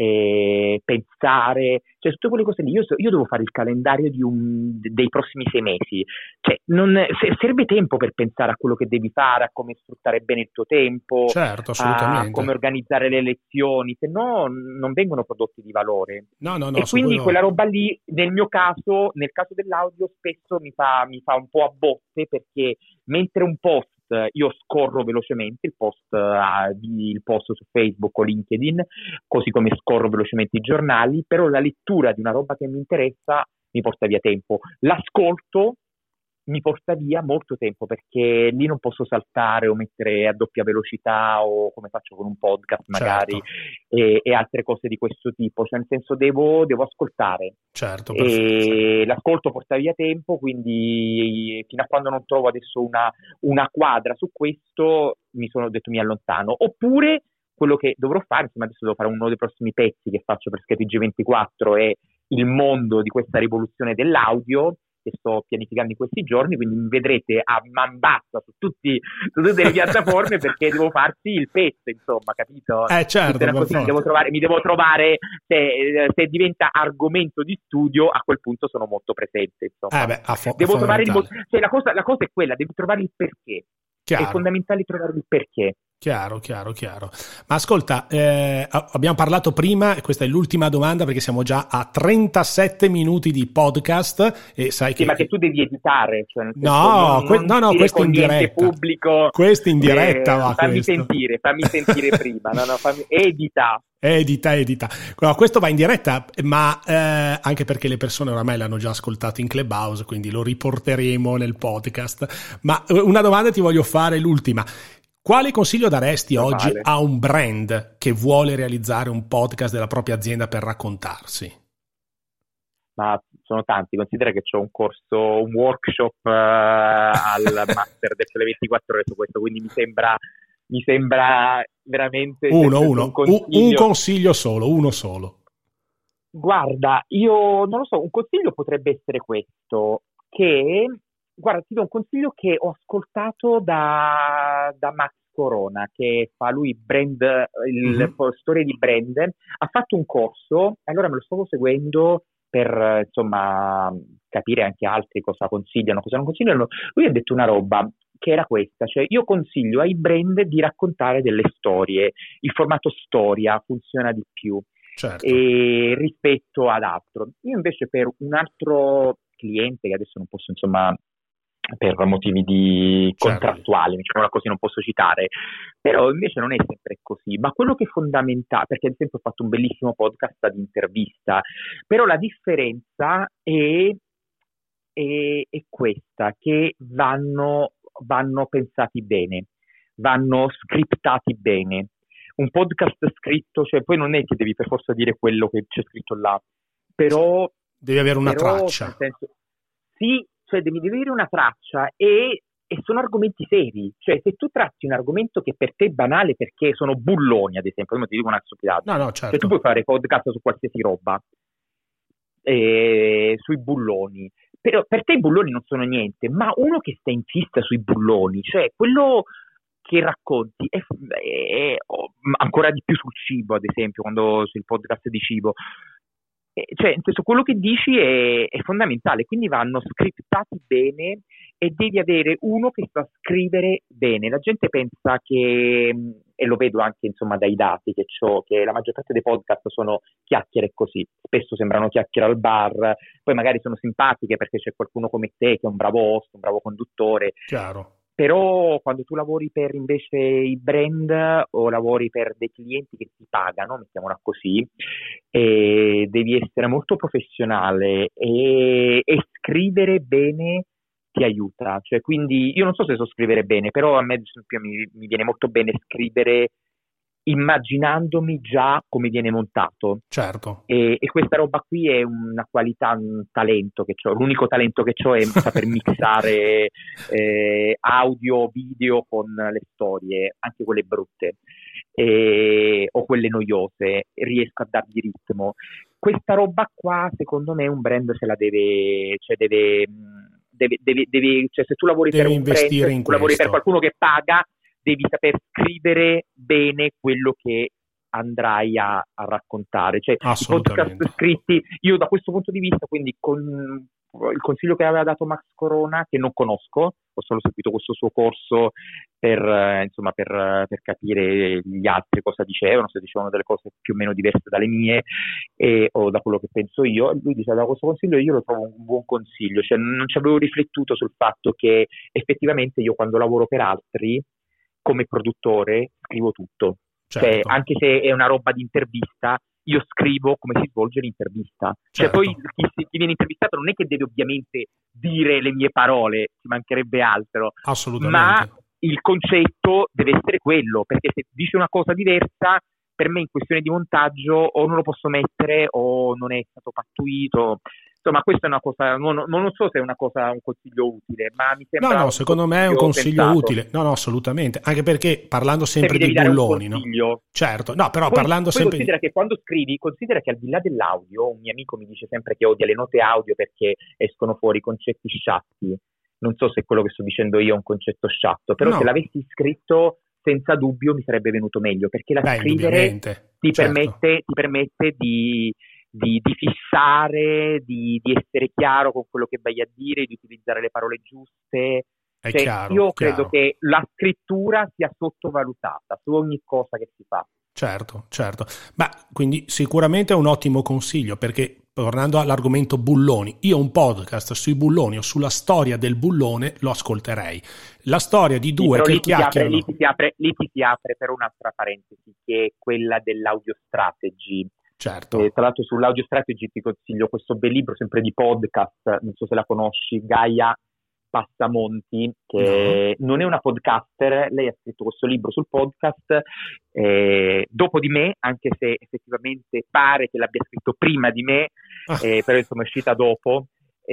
eh, pensare, cioè tutte quelle cose lì. Io, so- io devo fare il calendario di un- dei prossimi sei mesi, cioè non, se- serve tempo per pensare a quello che devi fare, a come sfruttare bene il tuo tempo, certo, a come assolutamente. organizzare le lezioni, se no non vengono prodotti di valore. No, no, no, E su quindi quella quello... roba lì, nel mio caso, nel caso dell'audio, spesso mi fa, mi fa un po' a botte, perché mentre un post io scorro velocemente il post, uh, il post su Facebook o LinkedIn, così come scorro velocemente i giornali, però la lettura di una roba che mi interessa mi porta via tempo. L'ascolto mi porta via molto tempo, perché lì non posso saltare o mettere a doppia velocità, o come faccio con un podcast magari, Certo, e, e altre cose di questo tipo, cioè nel senso devo, devo ascoltare, certo, perfetto. e l'ascolto porta via tempo, quindi fino a quando non trovo adesso una, una quadra su questo mi sono detto mi allontano. Oppure quello che dovrò fare, insomma adesso devo fare uno dei prossimi pezzi che faccio per Sky T G ventiquattro, è il mondo di questa rivoluzione dell'audio, che sto pianificando in questi giorni, quindi mi vedrete a man bassa su, tutti, su tutte le piattaforme, perché devo farci il pezzo, insomma, capito? Eh certo, Funziona per così, mi devo forza. trovare, mi devo trovare se, se diventa argomento di studio, a quel punto sono molto presente, Eh insomma. beh, a fo- Devo trovare il mo- fondamentale. cioè, la cosa, la cosa è quella, devi trovare il perché. È Chiaro. fondamentale trovare il perché. Chiaro, chiaro, chiaro. Ma ascolta, eh, abbiamo parlato prima, e questa è l'ultima domanda perché siamo già a trentasette minuti di podcast e sai Sì, ma che che... tu devi editare, cioè nel senso No, non, que- non no, no, dire questo con in niente diretta. pubblico, Questo in diretta eh, va fammi questo. sentire, fammi sentire prima, no, no, fammi, edita. Edita, edita. No, questo va in diretta, ma eh, anche perché le persone oramai l'hanno già ascoltato in Clubhouse, quindi lo riporteremo nel podcast. Ma eh, una domanda ti voglio fare, l'ultima. Quale consiglio daresti Meno oggi male. a un brand che vuole realizzare un podcast della propria azienda per raccontarsi? Ma sono tanti, considera che c'ho un corso, un workshop eh, al Master del Sole ventiquattro ore su questo, quindi mi sembra, mi sembra veramente cioè, Uno, un uno, un, consiglio. un consiglio solo, uno solo. Guarda, io non lo so, un consiglio potrebbe essere questo, che, guarda, ti do un consiglio che ho ascoltato da, da Max Corona, che fa lui brand, il Mhm. storia di brand, ha fatto un corso, allora me lo stavo seguendo per, insomma, capire anche altri cosa consigliano, cosa non consigliano. Lui ha detto una roba che era questa, cioè io consiglio ai brand di raccontare delle storie, il formato storia funziona di più Certo, e rispetto ad altro. Io invece per un altro cliente, che adesso non posso, insomma, per motivi di certo. contrattuali, diciamo così, non posso citare, però invece non è sempre così, ma quello che è fondamentale, perché ad esempio ho fatto un bellissimo podcast di intervista, però la differenza è, è, è questa, che vanno, vanno pensati bene, vanno scriptati bene. Un podcast scritto, cioè poi non è che devi per forza dire quello che c'è scritto là, però, Devi avere una però nel traccia. senso, sì, cioè devi, devi avere una traccia e, e sono argomenti seri, cioè se tu tratti un argomento che per te è banale perché sono bulloni, ad esempio, come ti dico una stupidata, No, no, cioè tu puoi certo. fare podcast su qualsiasi roba, eh, sui bulloni, però per te i bulloni non sono niente, ma uno che sta in fissa sui bulloni, cioè quello che racconti è, è- ancora di più sul cibo, ad esempio, quando sul podcast di cibo, cioè, nel senso, quello che dici è, è fondamentale, quindi vanno scriptati bene e devi avere uno che sa scrivere bene. La gente pensa che, e lo vedo anche insomma dai dati che ho, che la maggior parte dei podcast sono chiacchiere così, spesso sembrano chiacchiere al bar, poi magari sono simpatiche perché c'è qualcuno come te che è un bravo host, un bravo conduttore. Chiaro. Però quando tu lavori per invece i brand o lavori per dei clienti che ti pagano, mettiamola così, e devi essere molto professionale e, e scrivere bene ti aiuta. Cioè, quindi io non so se so scrivere bene, però a me ad esempio mi, mi viene molto bene scrivere immaginandomi già come viene montato. Certo. E, e questa roba qui è una qualità, un talento che ho. L'unico talento che ho è saper mixare eh, audio, video con le storie, anche quelle brutte e, o quelle noiose, riesco a dargli ritmo. Questa roba qua, secondo me, un brand se la deve, cioè deve, deve, deve, deve cioè se tu lavori deve per un investire brand, in tu lavori questo. per qualcuno che paga, devi saper scrivere bene quello che andrai a, a raccontare. Cioè, i podcast scritti, io da questo punto di vista, quindi con il consiglio che aveva dato Max Corona, che non conosco, ho solo seguito questo suo corso per, eh, insomma, per, per capire gli altri cosa dicevano, se dicevano delle cose più o meno diverse dalle mie e, o da quello che penso io. Lui diceva da questo consiglio, io lo trovo un buon consiglio, cioè non ci avevo riflettuto sul fatto che effettivamente io quando lavoro per altri come produttore scrivo tutto. Certo. Cioè, anche se è una roba di intervista, io scrivo come si svolge l'intervista. Cioè, certo. Poi chi, chi viene intervistato non è che deve ovviamente dire le mie parole, ci mancherebbe altro. Assolutamente. Ma il concetto deve essere quello, perché se dice una cosa diversa, per me in questione di montaggio o non lo posso mettere o non è stato pattuito. Insomma, questa è una cosa, non, non so se è una cosa, un consiglio utile, ma mi sembra. No, no, secondo me è un consiglio pensato. utile. No, no, assolutamente. Anche perché parlando sempre di bulloni, no? Certo, no, però poi, parlando poi sempre. Considera di... che quando scrivi, considera che al di là dell'audio, un mio amico mi dice sempre che odia le note audio perché escono fuori concetti sciatti. Non so se quello che sto dicendo io è un concetto sciatto, però no. Se l'avessi scritto senza dubbio mi sarebbe venuto meglio, perché la Beh, scrivere ti, certo. permette, ti permette di. Di, di fissare, di, di essere chiaro con quello che vai a dire, di utilizzare le parole giuste. È cioè, chiaro, io chiaro. credo che la scrittura sia sottovalutata su ogni cosa che si fa. Certo, certo. Ma quindi sicuramente è un ottimo consiglio, perché tornando all'argomento bulloni, io un podcast sui bulloni o sulla storia del bullone lo ascolterei. La storia di due sì, che lì chiacchierano. Lì ti si apre, lì ti si apre per un'altra parentesi, che è quella dell'audio strategy. Certo. Eh, tra l'altro sull'audio strategy ti consiglio questo bel libro sempre di podcast, non so se la conosci, Gaia Passamonti, che no. non è una podcaster, lei ha scritto questo libro sul podcast eh, dopo di me, anche se effettivamente pare che l'abbia scritto prima di me, eh, però insomma è uscita dopo.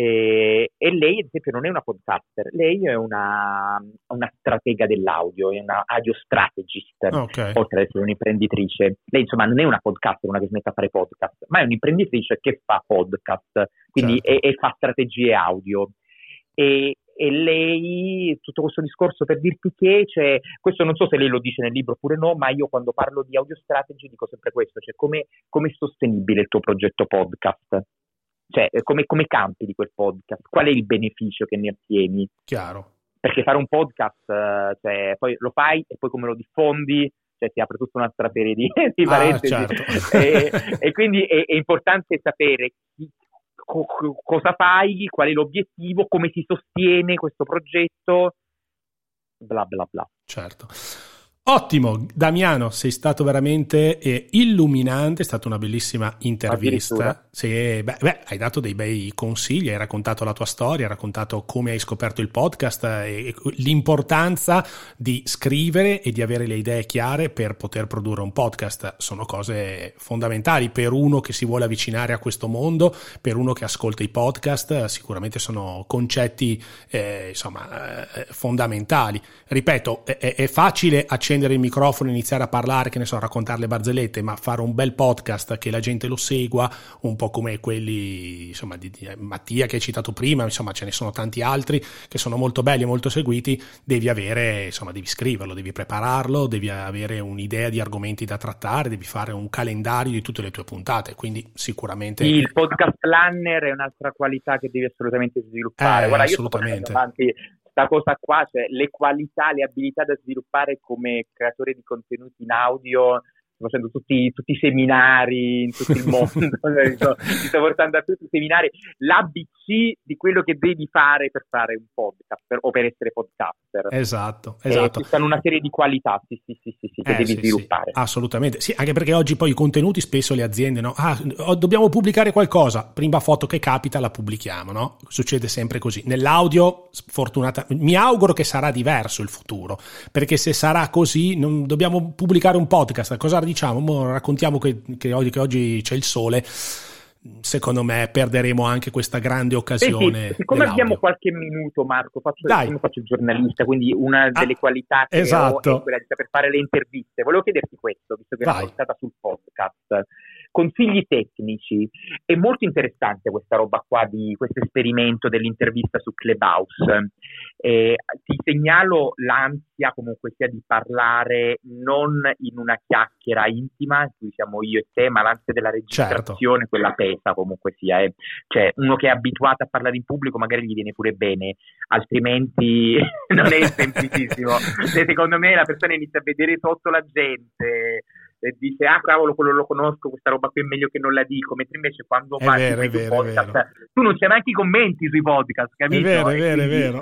E, e lei ad esempio non è una podcaster, lei è una, una stratega dell'audio, è una audio strategist, okay. oltre ad essere un'imprenditrice. Lei insomma non è una podcaster, una che smette a fare podcast, ma è un'imprenditrice che fa podcast, quindi certo. e, e fa strategie audio. E, e lei, tutto questo discorso per dirti che, cioè, questo non so se lei lo dice nel libro oppure no, ma io quando parlo di audio strategy dico sempre questo, cioè come è sostenibile il tuo progetto podcast? Cioè, come, come campi di quel podcast? Qual è il beneficio che ne ottieni? Chiaro. Perché fare un podcast, cioè, poi lo fai e poi come lo diffondi, cioè si apre tutta un'altra serie di, di parentesi. Ah, certo. e, e quindi è, è importante sapere chi, co, cosa fai, qual è l'obiettivo, come si sostiene questo progetto, bla bla bla. Certo. Ottimo, Damiano, sei stato veramente eh, illuminante, è stata una bellissima intervista. Sì, beh, beh, hai dato dei bei consigli, hai raccontato la tua storia, hai raccontato come hai scoperto il podcast e, e l'importanza di scrivere e di avere le idee chiare per poter produrre un podcast. Sono cose fondamentali per uno che si vuole avvicinare a questo mondo, per uno che ascolta i podcast, sicuramente sono concetti eh, insomma eh, fondamentali. Ripeto, è, è facile accendere accendere il microfono e iniziare a parlare, che ne so, raccontare le barzellette, ma fare un bel podcast che la gente lo segua, un po' come quelli, insomma, di, di Mattia che hai citato prima, insomma, ce ne sono tanti altri che sono molto belli e molto seguiti. Devi avere, insomma, devi scriverlo, devi prepararlo, devi avere un'idea di argomenti da trattare, devi fare un calendario di tutte le tue puntate, quindi sicuramente il podcast planner è un'altra qualità che devi assolutamente sviluppare. Eh, Guarda, assolutamente. io sto avanti questa cosa qua, cioè le qualità, le abilità da sviluppare come creatore di contenuti in audio. Sto facendo tutti, tutti i seminari in tutto il mondo, mi sto, mi sto portando a tutti i seminari, l'A B C di quello che devi fare per fare un podcast per, o per essere podcaster. Esatto, esatto. Eh, ci sono una serie di qualità, sì, sì, sì, sì, sì che eh, devi sì, sviluppare. Sì, assolutamente, sì, anche perché oggi poi i contenuti spesso le aziende, no? Ah, dobbiamo pubblicare qualcosa, prima foto che capita la pubblichiamo, no? Succede sempre così. Nell'audio, sfortunata, mi auguro che sarà diverso il futuro, perché se sarà così, non dobbiamo pubblicare un podcast, cosa diciamo, mo raccontiamo che, che, oggi, che oggi c'è il sole, secondo me perderemo anche questa grande occasione. Senti, siccome dell'audio. Abbiamo qualche minuto, Marco, faccio, Dai. faccio il giornalista, quindi una delle ah, qualità che esatto. ho è quella di saper fare le interviste. Volevo chiederti questo, visto che Vai. è stata sul podcast. Consigli tecnici. È molto interessante questa roba qua, di questo esperimento dell'intervista su Clubhouse. Eh, ti segnalo l'ansia comunque sia di parlare non in una chiacchiera intima in cui siamo io e te, ma l'ansia della registrazione, certo. Quella pesa comunque sia. Eh. Cioè, uno che è abituato a parlare in pubblico magari gli viene pure bene, altrimenti non è semplicissimo. Se secondo me la persona inizia a vedere sotto la gente e dice ah cavolo, quello lo conosco, questa roba qui è meglio che non la dico, mentre invece quando fai i podcast tu non c'è neanche i commenti sui podcast, capito? È vero, è vero, quindi, è vero.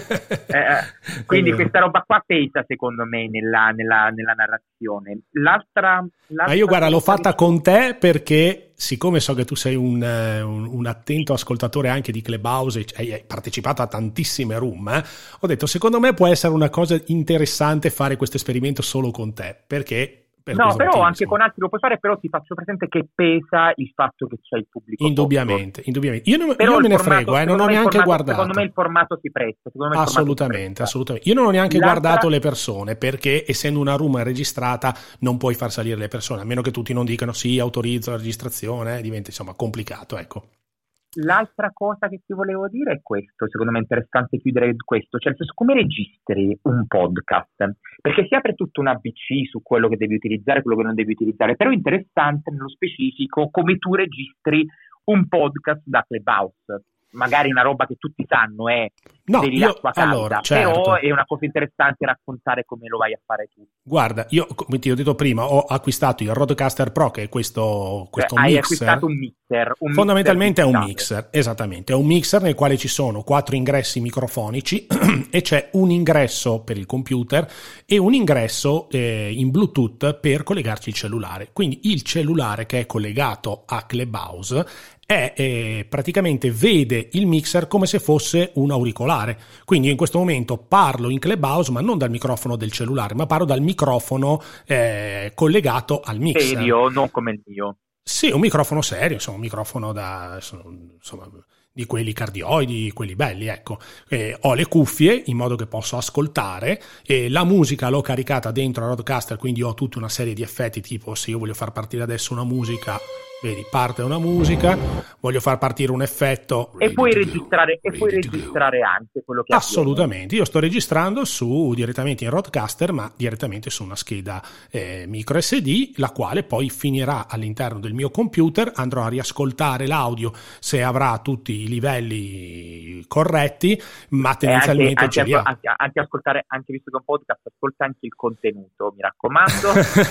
eh, quindi è vero. Questa roba qua pesa secondo me nella, nella, nella narrazione. L'altra, l'altra ma io guarda l'ho fatta che... con te perché siccome so che tu sei un, un, un attento ascoltatore anche di Clubhouse e hai partecipato a tantissime room, eh, ho detto secondo me può essere una cosa interessante fare questo esperimento solo con te, perché Per no, però motivo, anche insomma. Con altri lo puoi fare, però ti faccio presente che pesa il fatto che c'è il pubblico. Indubbiamente, sotto. indubbiamente. Io, non, io me ne formato, frego, eh, non ho neanche formato, guardato. Secondo me il formato si presta. Me assolutamente, presta. assolutamente. Io non ho neanche L'altra... guardato le persone, perché essendo una room registrata non puoi far salire le persone, a meno che tutti non dicano sì, autorizzo la registrazione, eh, diventa insomma complicato, ecco. L'altra cosa che ti volevo dire è questo, secondo me è interessante chiudere questo, cioè nel senso, come registri un podcast? Perché si apre tutta una A B C su quello che devi utilizzare, quello che non devi utilizzare, però è interessante nello specifico come tu registri un podcast da Clubhouse. Magari una roba che tutti sanno è no, devi io, l'acqua calda, allora, certo. Però è una cosa interessante raccontare come lo vai a fare tu. Guarda, io come ti ho detto prima, ho acquistato il Rodecaster Pro, che è questo, questo cioè, mixer. Hai acquistato un mixer. Un Fondamentalmente mixer è un mixer, esattamente, è un mixer nel quale ci sono quattro ingressi microfonici e c'è un ingresso per il computer e un ingresso eh, in Bluetooth per collegarci il cellulare. Quindi il cellulare che è collegato a Clubhouse è eh, praticamente vede il mixer come se fosse un auricolare. Quindi io in questo momento parlo in Clubhouse, ma non dal microfono del cellulare, ma parlo dal microfono eh, collegato al mixer. Serio, non come il mio. Sì, un microfono serio, insomma, un microfono da insomma, di quelli cardioidi, quelli belli, ecco. Eh, ho le cuffie in modo che posso ascoltare e la musica l'ho caricata dentro a Rodecaster, quindi ho tutta una serie di effetti, tipo se io voglio far partire adesso una musica, vedi, parte una musica, voglio far partire un effetto e puoi registrare e puoi registrare anche quello che assolutamente avviene. Io sto registrando su direttamente in Rodecaster, ma direttamente su una scheda eh, micro S D, la quale poi finirà all'interno del mio computer. Andrò a riascoltare l'audio se avrà tutti i livelli corretti, ma tendenzialmente anche, anche, anche, anche ascoltare, anche visto che è un podcast, ascolta anche il contenuto, mi raccomando.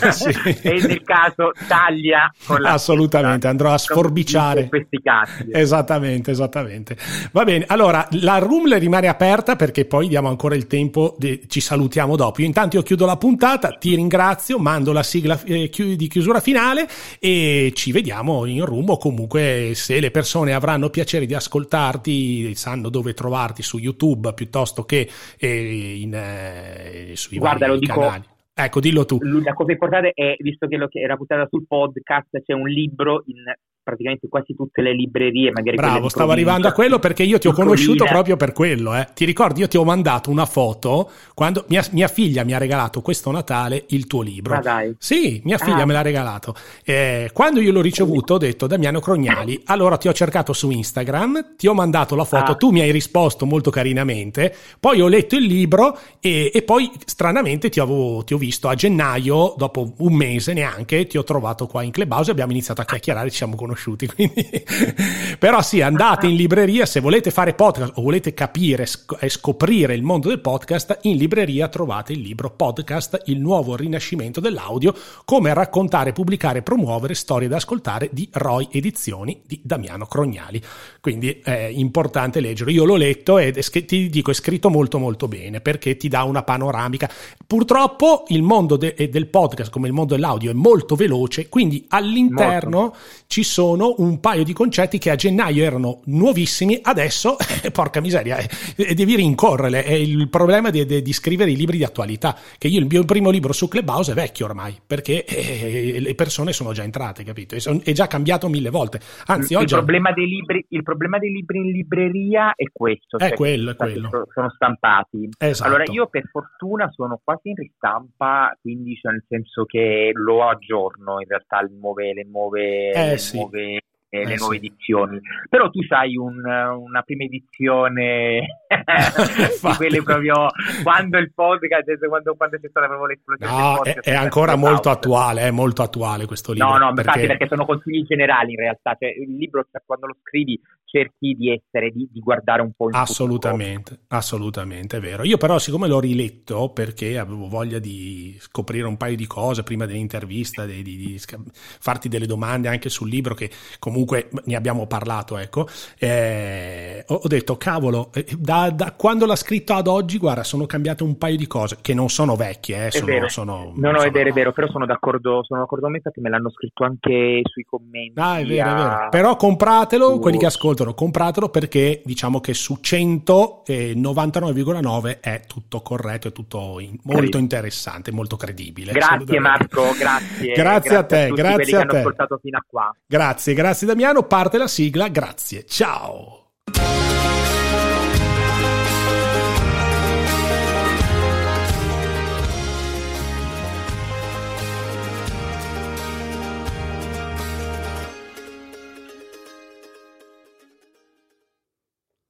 Sì. E nel caso taglia con la assolutamente, andrò a sforbiciare questi casi. Esattamente, esattamente. Va bene, allora la room rimane aperta perché poi diamo ancora il tempo, di, ci salutiamo dopo. Io intanto io chiudo la puntata, ti ringrazio, mando la sigla eh, di chiusura finale e ci vediamo in room, o comunque se le persone avranno piacere di ascoltarti, sanno dove trovarti su YouTube piuttosto che eh, in, eh, sui Guarda, vari lo dico, canali. Ecco, dillo tu. La cosa importante è, visto che, lo, che era puntata sul podcast, c'è un libro in praticamente quasi tutte le librerie, magari bravo, stavo arrivando a quello perché io ti ho conosciuto proprio per quello, eh. Ti ricordi, io ti ho mandato una foto quando mia, mia figlia mi ha regalato questo Natale il tuo libro. Ah, dai. Sì, mia figlia ah. me l'ha regalato. Eh, quando io l'ho ricevuto ho detto Damiano Crognali, allora ti ho cercato su Instagram, ti ho mandato la foto, ah. tu mi hai risposto molto carinamente, poi ho letto il libro e, e poi stranamente ti ho, ti ho visto a gennaio, dopo un mese neanche, ti ho trovato qua in Clubhouse e abbiamo iniziato a chiacchierare, ci siamo conosciuti. Quindi però sì, andate in libreria se volete fare podcast o volete capire e scoprire il mondo del podcast. In libreria trovate il libro Podcast, il nuovo rinascimento dell'audio, come raccontare, pubblicare e promuovere storie da ascoltare di Roy Edizioni di Damiano Crognali. Quindi è importante leggerlo. Io l'ho letto e ti dico è scritto molto molto bene perché ti dà una panoramica. Purtroppo il mondo de- del podcast come il mondo dell'audio è molto veloce, quindi all'interno molto. Ci sono un paio di concetti che a gennaio erano nuovissimi, adesso eh, porca miseria eh, devi rincorrere. È il problema di, di, di scrivere i libri di attualità, che io il mio primo libro su Clubhouse è vecchio ormai perché eh, le persone sono già entrate, capito? È già cambiato mille volte. Anzi, il, oggi il problema dei libri il problema dei libri in libreria è questo, è cioè quello, è quello. Sono, sono stampati. Esatto. Allora io per fortuna sono quasi in ristampa, quindi cioè nel senso che lo aggiorno in realtà le nuove le nuove, eh, le sì. nuove le eh, nuove sì. edizioni, però tu sai un, una prima edizione di quelle proprio quando il podcast quando, quando c'è stata proprio l'esplosione no, del podcast, è, è ancora molto attuale, è molto attuale questo libro. No, no, perché... infatti perché sono consigli generali in realtà, cioè il libro cioè, quando lo scrivi cerchi di essere, di, di guardare un po' in assolutamente, tutto. Assolutamente, è vero. Io però siccome l'ho riletto perché avevo voglia di scoprire un paio di cose prima dell'intervista, di, di, di farti delle domande anche sul libro che comunque ne abbiamo parlato, ecco, eh, ho, ho detto cavolo, da, da quando l'ha scritto ad oggi, guarda, sono cambiate un paio di cose che non sono vecchie, eh, sono, è vero. sono, no, no, sono... è vero, è vero, però sono d'accordo, sono d'accordo con me perché me l'hanno scritto anche sui commenti. Ah, è vero, a... è vero. Però compratelo, su... quelli che ascoltano, compratelo perché diciamo che su cento novantanove virgola nove è tutto corretto, è tutto in, molto interessante, molto credibile. Grazie Marco, grazie. grazie. Grazie a te, a tutti grazie quelli a che te. hanno ascoltato fino a qua. Grazie, grazie Damiano, parte la sigla, grazie, ciao.